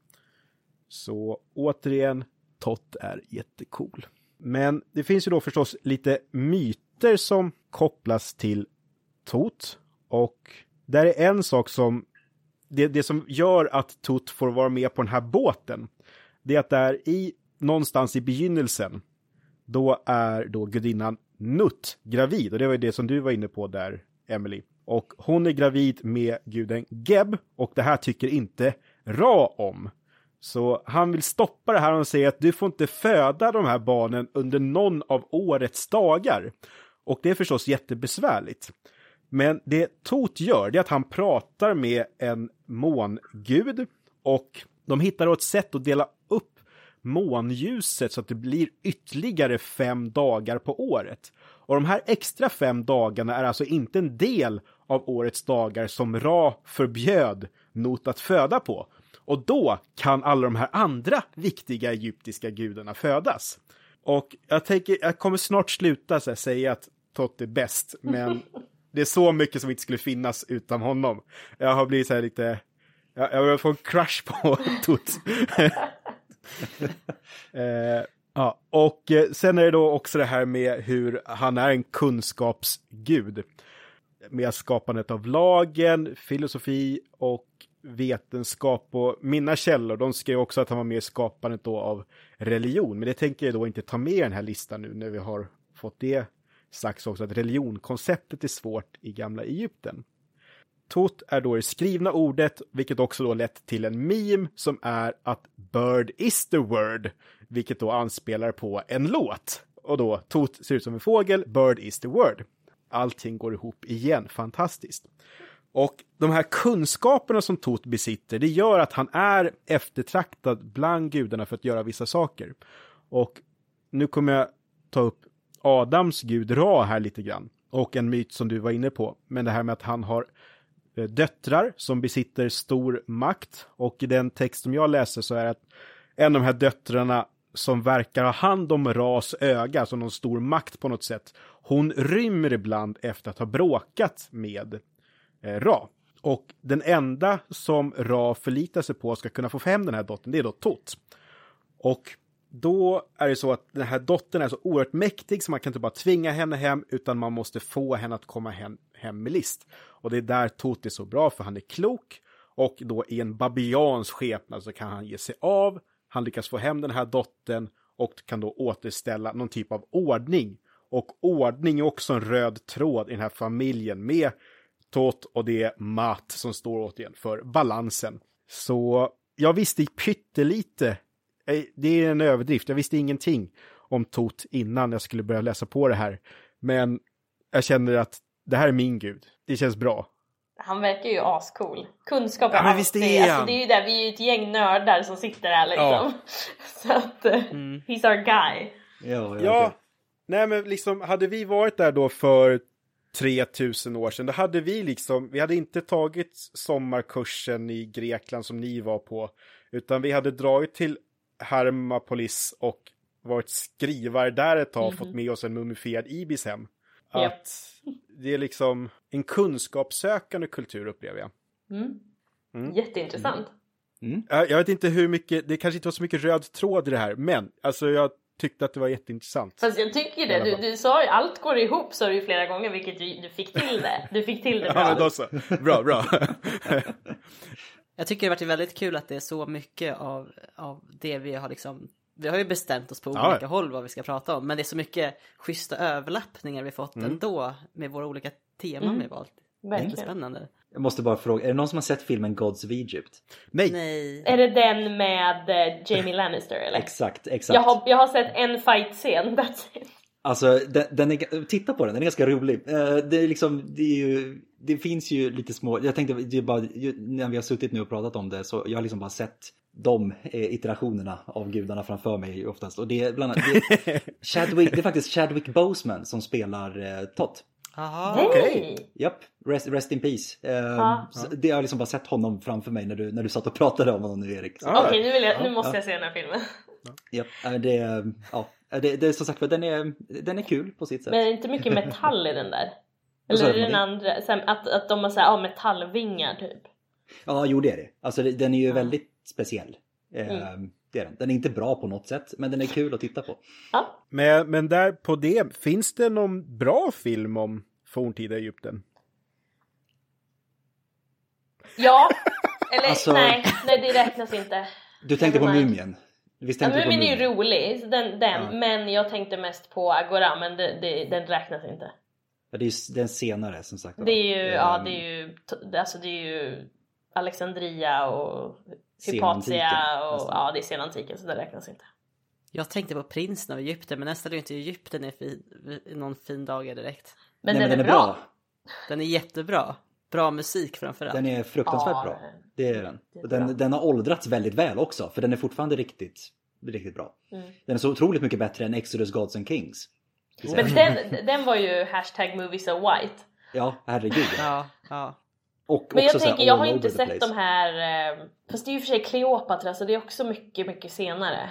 Så återigen, Tot är jättecool. Men det finns ju då förstås lite myter som kopplas till Tot. Och där är en sak som det som gör att Tot får vara med på den här båten. Det är att där någonstans i begynnelsen då är då gudinnan Nut gravid. Och det var ju det som du var inne på där, Emily. Och hon är gravid med guden Geb. Och det här tycker inte Ra om. Så han vill stoppa det här och säger att du får inte föda de här barnen under någon av årets dagar. Och det är förstås jättebesvärligt. Men det Tot gör det är att han pratar med en mångud. Och de hittar då ett sätt att dela upp månljuset så att det blir ytterligare 5 dagar på året. Och de här extra 5 dagarna är alltså inte en del av årets dagar som Ra förbjöd Nut att föda på. Och då kan alla de här andra viktiga egyptiska gudarna födas. Och jag kommer snart sluta säga att Tot är bäst, men det är så mycket som inte skulle finnas utan honom. Jag har blivit så här lite... Jag vill få en crush på Tot. Ja, och sen är det då också det här med hur han är en kunskapsgud. Med skapandet av lagen, filosofi och vetenskap. Och mina källor, de skrev också att han var med i skapandet då av religion. Men det tänker jag då inte ta med i den här listan nu när vi har fått det sagt också att religionkonceptet är svårt i gamla Egypten. Tot är då det skrivna ordet, vilket också då lett till en meme som är att bird is the word, vilket då anspelar på en låt. Och då Tot ser ut som en fågel, bird is the word. Allting går ihop igen, fantastiskt. Och de här kunskaperna som Tot besitter, det gör att han är eftertraktad bland gudarna för att göra vissa saker. Och nu kommer jag ta upp Adams gud Ra här lite grann. Och en myt som du var inne på. Men det här med att han har döttrar som besitter stor makt. Och i den text som jag läser så är det att en av de här döttrarna som verkar ha hand om Ras öga, som någon stor makt på något sätt. Hon rymmer ibland efter att ha bråkat med Ra. Och den enda som Ra förlitar sig på ska kunna få hem den här dottern, det är då Tot. Och då är det så att den här dottern är så oerhört mäktig så man kan inte bara tvinga henne hem utan man måste få henne att komma hem med list. Och det är där Tot är så bra för han är klok och då i en babians skepnad så kan han ge sig av. Han lyckas få hem den här dottern och kan då återställa någon typ av ordning. Och ordning är också en röd tråd i den här familjen med Tot och det är Mat som står återigen för balansen. Så jag visste pyttelite. Det är en överdrift. Jag visste ingenting om Tot innan jag skulle börja läsa på det här. Men jag känner att det här är min gud. Det känns bra. Han verkar ju ascool. Kunskap är ja, men visst är alltså, det är ju där, vi är ju ett gäng nördar som sitter här liksom. Ja. Så att, he's our guy. Ja, nej men liksom, hade vi varit där då för 3000 år sedan, då hade vi hade inte tagit sommarkursen i Grekland som ni var på, utan vi hade dragit till Hermopolis och varit skrivare där ett tag, fått med oss en mumifierad ibis hem. Att det är liksom en kunskapssökande kultur upplever jag. Jätteintressant. Jag vet inte hur mycket, det kanske inte var så mycket röd tråd i det här, men alltså jag tyckte att det var jätteintressant. Fast jag tycker det, du sa ju allt går ihop så ju flera gånger, vilket du fick till det. Du fick till det bra. Ja, men då så. Bra. Jag tycker det har varit väldigt kul att det är så mycket av det vi har liksom... Vi har ju bestämt oss på olika håll vad vi ska prata om. Men det är så mycket schyssta överlappningar vi fått ändå med våra olika teman vi valt. Verkligen. Spännande. Jag måste bara fråga, är det någon som har sett filmen Gods of Egypt? Nej. Är det den med Jamie Lannister eller? Exakt. Jag har sett en fight-scen, that's it. Alltså, titta på den är ganska rolig. Det finns ju lite små, jag tänkte, det är bara, när vi har suttit nu och pratat om det, så jag har liksom bara sett de iterationerna av gudarna framför mig oftast. Och det är bland annat, det är faktiskt Chadwick Boseman som spelar Tot. Aha. Okej. Japp, rest in peace. Det har jag liksom bara sett honom framför mig när du satt och pratade om honom nu, Erik. Okej, nu måste jag se den här filmen. Japp, det är som sagt, den är kul på sitt sätt. Men är det inte mycket metall i den där? Eller är det den andra, att de har så här, metallvingar typ? Ja, jo det är det. Alltså den är ju väldigt speciell. Det är den. Den är inte bra på något sätt, men den är kul att titta på. Ja. Men där på det, finns det någon bra film om forntida Egypten? Ja, eller alltså, nej, det räknas inte. Du tänkte på Mumien? Mumien är ju rolig, men jag tänkte mest på Agora, men den räknas inte. Ja, det är den senare som sagt. Det är ju Alexandria och Hypatia och det är senantiken, så det räknas inte. Jag tänkte på prinsen av Egypten, men nästan är inte Egypten är någon fin dag direkt. Men den är bra. Den är jättebra. Bra musik framförallt. Den är fruktansvärt bra. Det är den. Och den har åldrats väldigt väl också, för den är fortfarande riktigt bra. Den är så otroligt mycket bättre än Exodus Gods and Kings. Men den var ju #movieSoWhite. Ja, herregud. Ja. Men jag tänker, jag har inte sett de här, fast det är ju för sig Kleopatra, så det är också mycket, mycket senare.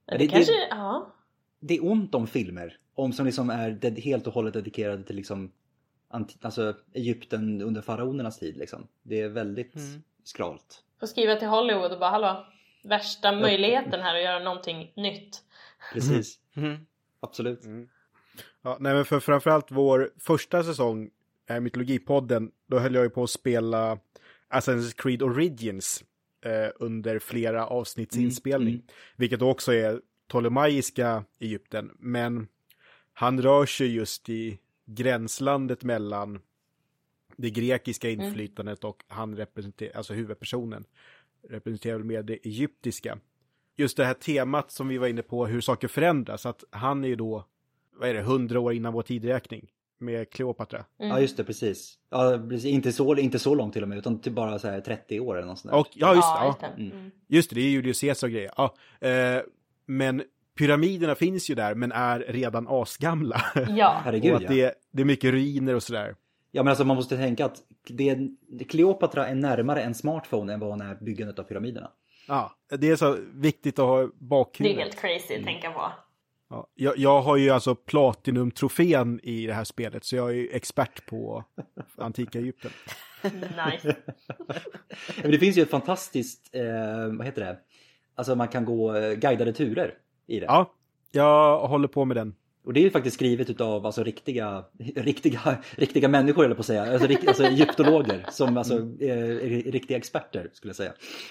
Det är ont om filmer som liksom är helt och hållet dedikerade till liksom, alltså Egypten under faraonernas tid liksom. Det är väldigt skralt. Får skriva till Hollywood och bara, hallå, värsta möjligheten här att göra någonting nytt. Precis, absolut. Ja, nej, men för framförallt vår första säsong Mytologipodden, då höll jag ju på att spela Assassin's Creed Origins under flera avsnitts inspelning. Vilket också är ptolemaiska Egypten. Men han rör sig just i gränslandet mellan det grekiska inflytandet och han representerar, alltså huvudpersonen representerar mer det egyptiska. Just det här temat som vi var inne på, hur saker förändras, att han är ju då 100 år innan vår tidräkning med Kleopatra. Ja, just det, precis. Ja, precis. Inte så långt till och med, utan till bara så här 30 år eller något sånt där. Och, just det är Julius Caesar och grejer. Ja, men pyramiderna finns ju där, men är redan asgamla. Ja. Herregud, och att det är mycket ruiner och sådär. Ja, men alltså man måste tänka att Kleopatra är närmare en smartphone än vad hon är byggandet av pyramiderna. Ja, det är så viktigt att ha bakhuvudet. Det är helt crazy att tänka på. Ja, jag har ju alltså Platinum-trofén i det här spelet, så jag är ju expert på antika Egypten. Nice. Men det finns ju ett fantastiskt, vad heter det? Alltså man kan gå guidade turer i det. Ja, jag håller på med den. Och det är ju faktiskt skrivet utav alltså riktiga människor, eller på att säga. Alltså egyptologer som alltså är riktiga experter, skulle jag säga.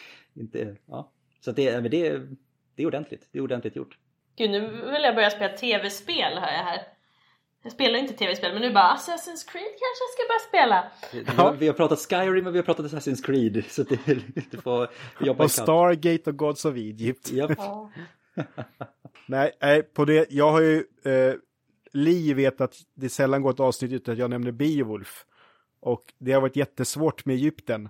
Så att det är ordentligt. Det är ordentligt gjort. Gud, nu vill jag börja spela tv-spel, hör jag här. Jag spelar inte tv-spel, men nu bara Assassin's Creed kanske jag ska börja spela. Vi har pratat Skyrim och vi har pratat Assassin's Creed, så det får jobba och Stargate och Gods of Egypt. Yep. Ja. Nej, på det, jag har ju Li vet att det sällan går ett avsnitt utan att jag nämner Beowulf. Och det har varit jättesvårt med Egypten.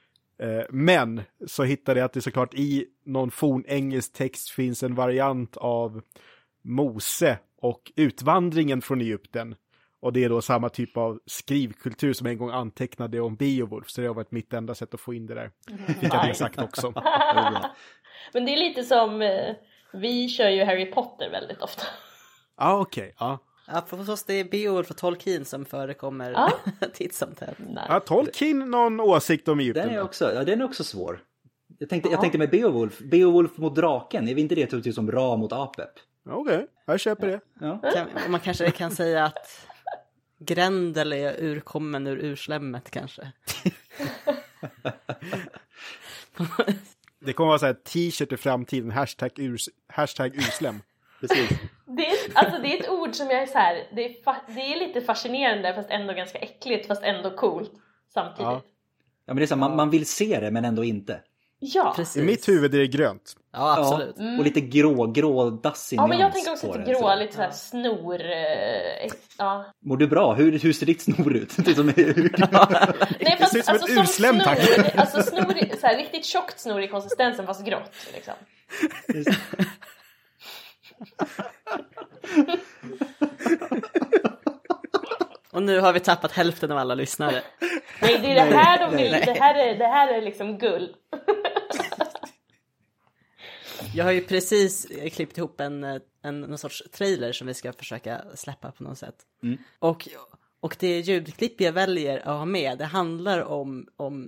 Men så hittade jag att det såklart i någon fornengelsk text finns en variant av Mose och utvandringen från Egypten. Och det är då samma typ av skrivkultur som en gång antecknade om Beowulf. Så det har varit mitt enda sätt att få in det där. Fick jag det sagt också. Men det är lite som, vi kör ju Harry Potter väldigt ofta. Ja, okej. Ja. Ja, förstås det är Beowulf och Tolkien som förekommer titt som tätt. Ja, Tolkien någon åsikt om Egypten? Den är också svår. Jag tänkte med Beowulf mot draken, är vi inte det typ som Ra mot Apep? Okej, jag köper det. Ja. Man kanske kan säga att Grendel är urkommen ur urslämmet kanske. Det kommer vara så här t-shirt i framtiden, hashtag urslem. Precis. Det är ett ord som jag är så här, det är lite fascinerande fast ändå ganska äckligt fast ändå coolt samtidigt. Ja. Ja, men det är så, man vill se det men ändå inte. Ja, Precis. I mitt huvud är det grönt. Ja, absolut. Ja, och lite grådassig ja men jag nyans tänker också på lite det, grå, så. lite så här snor. Ja. Mår du bra? Hur ser ditt snor ut? Det är som Nej, fast, ser ut som ett som urslem, snor, tack. alltså snor, så här, riktigt tjockt snor i konsistensen fast grått liksom. Och nu har vi tappat hälften av alla lyssnare. Nej, det är det här de vill. nej. Det här är liksom guld. Jag har ju precis klippt ihop någon sorts trailer som vi ska försöka släppa på något sätt. Mm. Och det ljudklipp jag väljer att ha med, det handlar om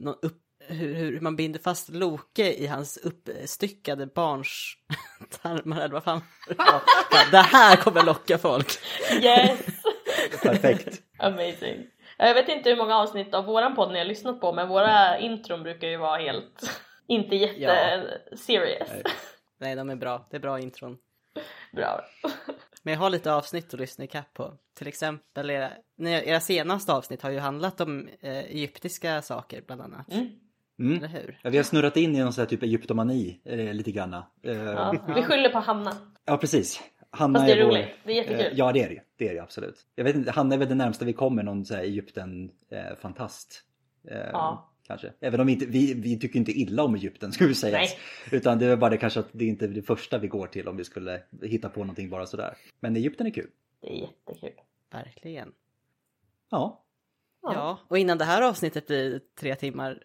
hur man binder fast Loke i hans uppstyckade barns tarmar eller vad fan. Ja, det här kommer locka folk. Yes! Perfekt. Amazing. Jag vet inte hur många avsnitt av våran podd ni har lyssnat på, men våra intron brukar ju vara helt inte jätte-serious. Nej, de är bra. Det är bra intron. Bra. Men jag har lite avsnitt att lyssna ikapp på. Till exempel era senaste avsnitt har ju handlat om egyptiska saker bland annat. Mm. Eller hur? Ja, vi har snurrat in i någon sån här typ egyptomani lite granna. Ja, vi skyller på Hanna. Ja, precis. Hanna Fast det är vår- roligt. Det är jättekul. Ja, det är det. Det är det absolut. Jag vet inte, Hanna är väl det närmsta vi kommer någon så här Egypten-fantast. Ja. Kanske. Även om vi tycker inte illa om Egypten, skulle vi säga. Nej. Utan det är bara det kanske att det inte är det första vi går till om vi skulle hitta på någonting bara sådär. Men Egypten är kul. Det är jättekul. Verkligen. Ja. Ja, och innan det här avsnittet blir 3 timmar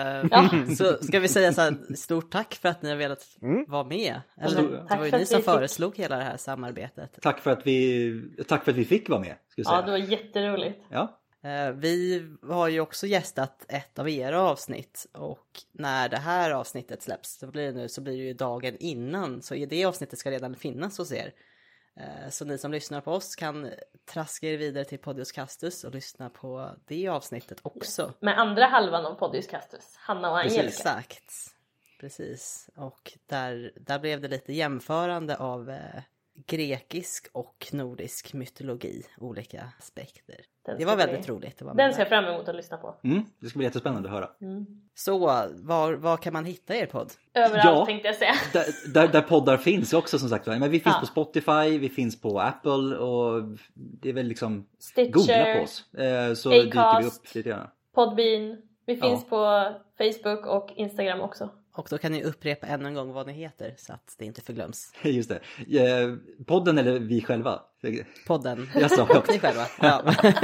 så ska vi säga så här, stort tack för att ni har velat vara med. Eller, det Tack var ju för ni att som vi fick- föreslog hela det här samarbetet. Tack för att vi fick vara med, ska vi säga. Ja, det var jätteroligt. Ja. Vi har ju också gästat ett av era avsnitt och när det här avsnittet släpps så blir det ju dagen innan, så det avsnittet ska redan finnas hos er. Så ni som lyssnar på oss kan traska er vidare till Podius Castus och lyssna på det avsnittet också. Med andra halvan av Podius Castus, Hanna och Angelica. Exakt. Precis. Och där blev det lite jämförande av grekisk och nordisk mytologi, olika aspekter. Det var väldigt roligt att vara med Den ser jag där. fram emot att lyssna på. Det ska bli jättespännande att höra. Så var kan man hitta er podd? Överallt Ja. tänkte jag säga. Där poddar finns också som sagt. Men vi finns Ja. på Spotify, vi finns på Apple och det är väl liksom Stitcher, googla på oss. Så dyker vi Acast. upp lite grann. Podbean. Vi Ja. finns på Facebook och Instagram också. Och då kan ni upprepa ännu en gång vad ni heter så att det inte förglöms. Just det. Podden eller vi själva? Podden. Jaså, Och ni själva. Ja.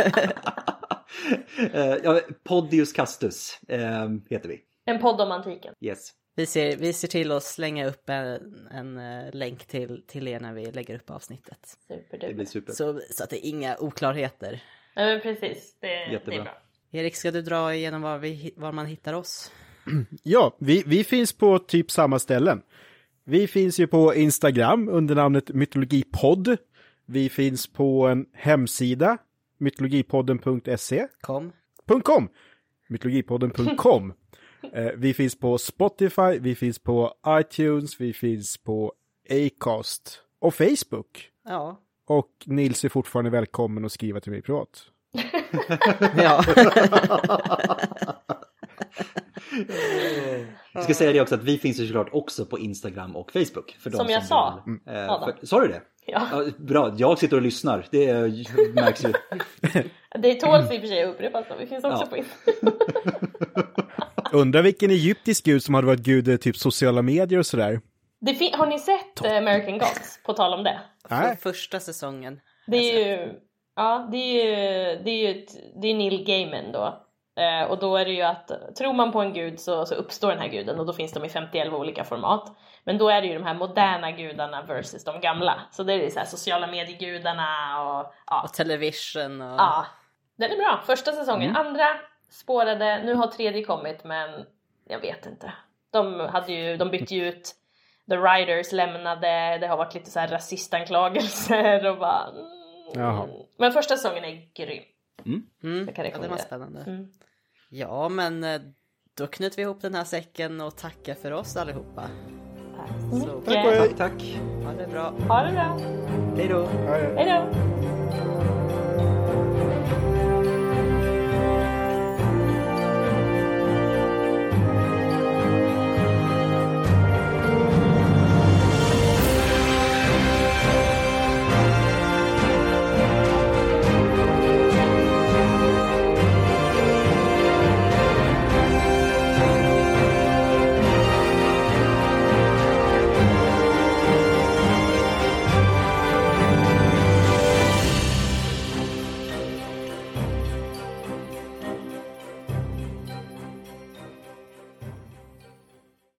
Podius Castus heter vi. En podd om antiken. Yes. Vi ser till att slänga upp en länk till er när vi lägger upp avsnittet. Det Superduper. blir super. Så att det är inga oklarheter. Ja, men precis. Det är Jättebra. bra. Erik, ska du dra igenom var man hittar oss? Ja, vi finns på typ samma ställen. Vi finns ju på Instagram under namnet mytologipodd. Vi finns på en hemsida, mytologipodden.se. Kom. .com. Mytologipodden.com. Vi finns på Spotify, vi finns på iTunes, vi finns på Acast och Facebook. Ja. Och Nils är fortfarande välkommen att skriva till mig privat. Ja. Jag ska säga det också att vi finns ju såklart också på Instagram och Facebook. För de Som jag vill- sa. Sa du det? Ja. Ja, bra, jag sitter och lyssnar. Det märks ju. Det tåls i och för sig att upprepas. Vi finns också Ja. på Instagram. Undrar vilken egyptisk gud som hade varit gud i typ sociala medier och sådär. Har ni sett American Gods? På tal om det. Nej. Första säsongen. Det är ju... Ja, det är Neil Gaiman då. Och då är det ju att tror man på en gud så uppstår den här guden och då finns de i 51 olika format. Men då är det ju de här moderna gudarna versus de gamla. Så det är så här sociala mediegudarna och ja. Och television och... Ja, den är bra. Första säsongen. Andra spårade. Nu har tredje kommit men jag vet inte. De bytte ju ut The Writers lämnade. Det har varit lite så här rasistanklagelser och bara... Jaha. Men första säsongen är grym. Mm. Jag kan Ja, det var rekommendera. spännande. Mm. Ja, men Då knyter vi ihop den här säcken och tackar för oss allihopa. Tack så Så, mycket. Tack. ha det bra. Ha det bra. Hej då. Hej då.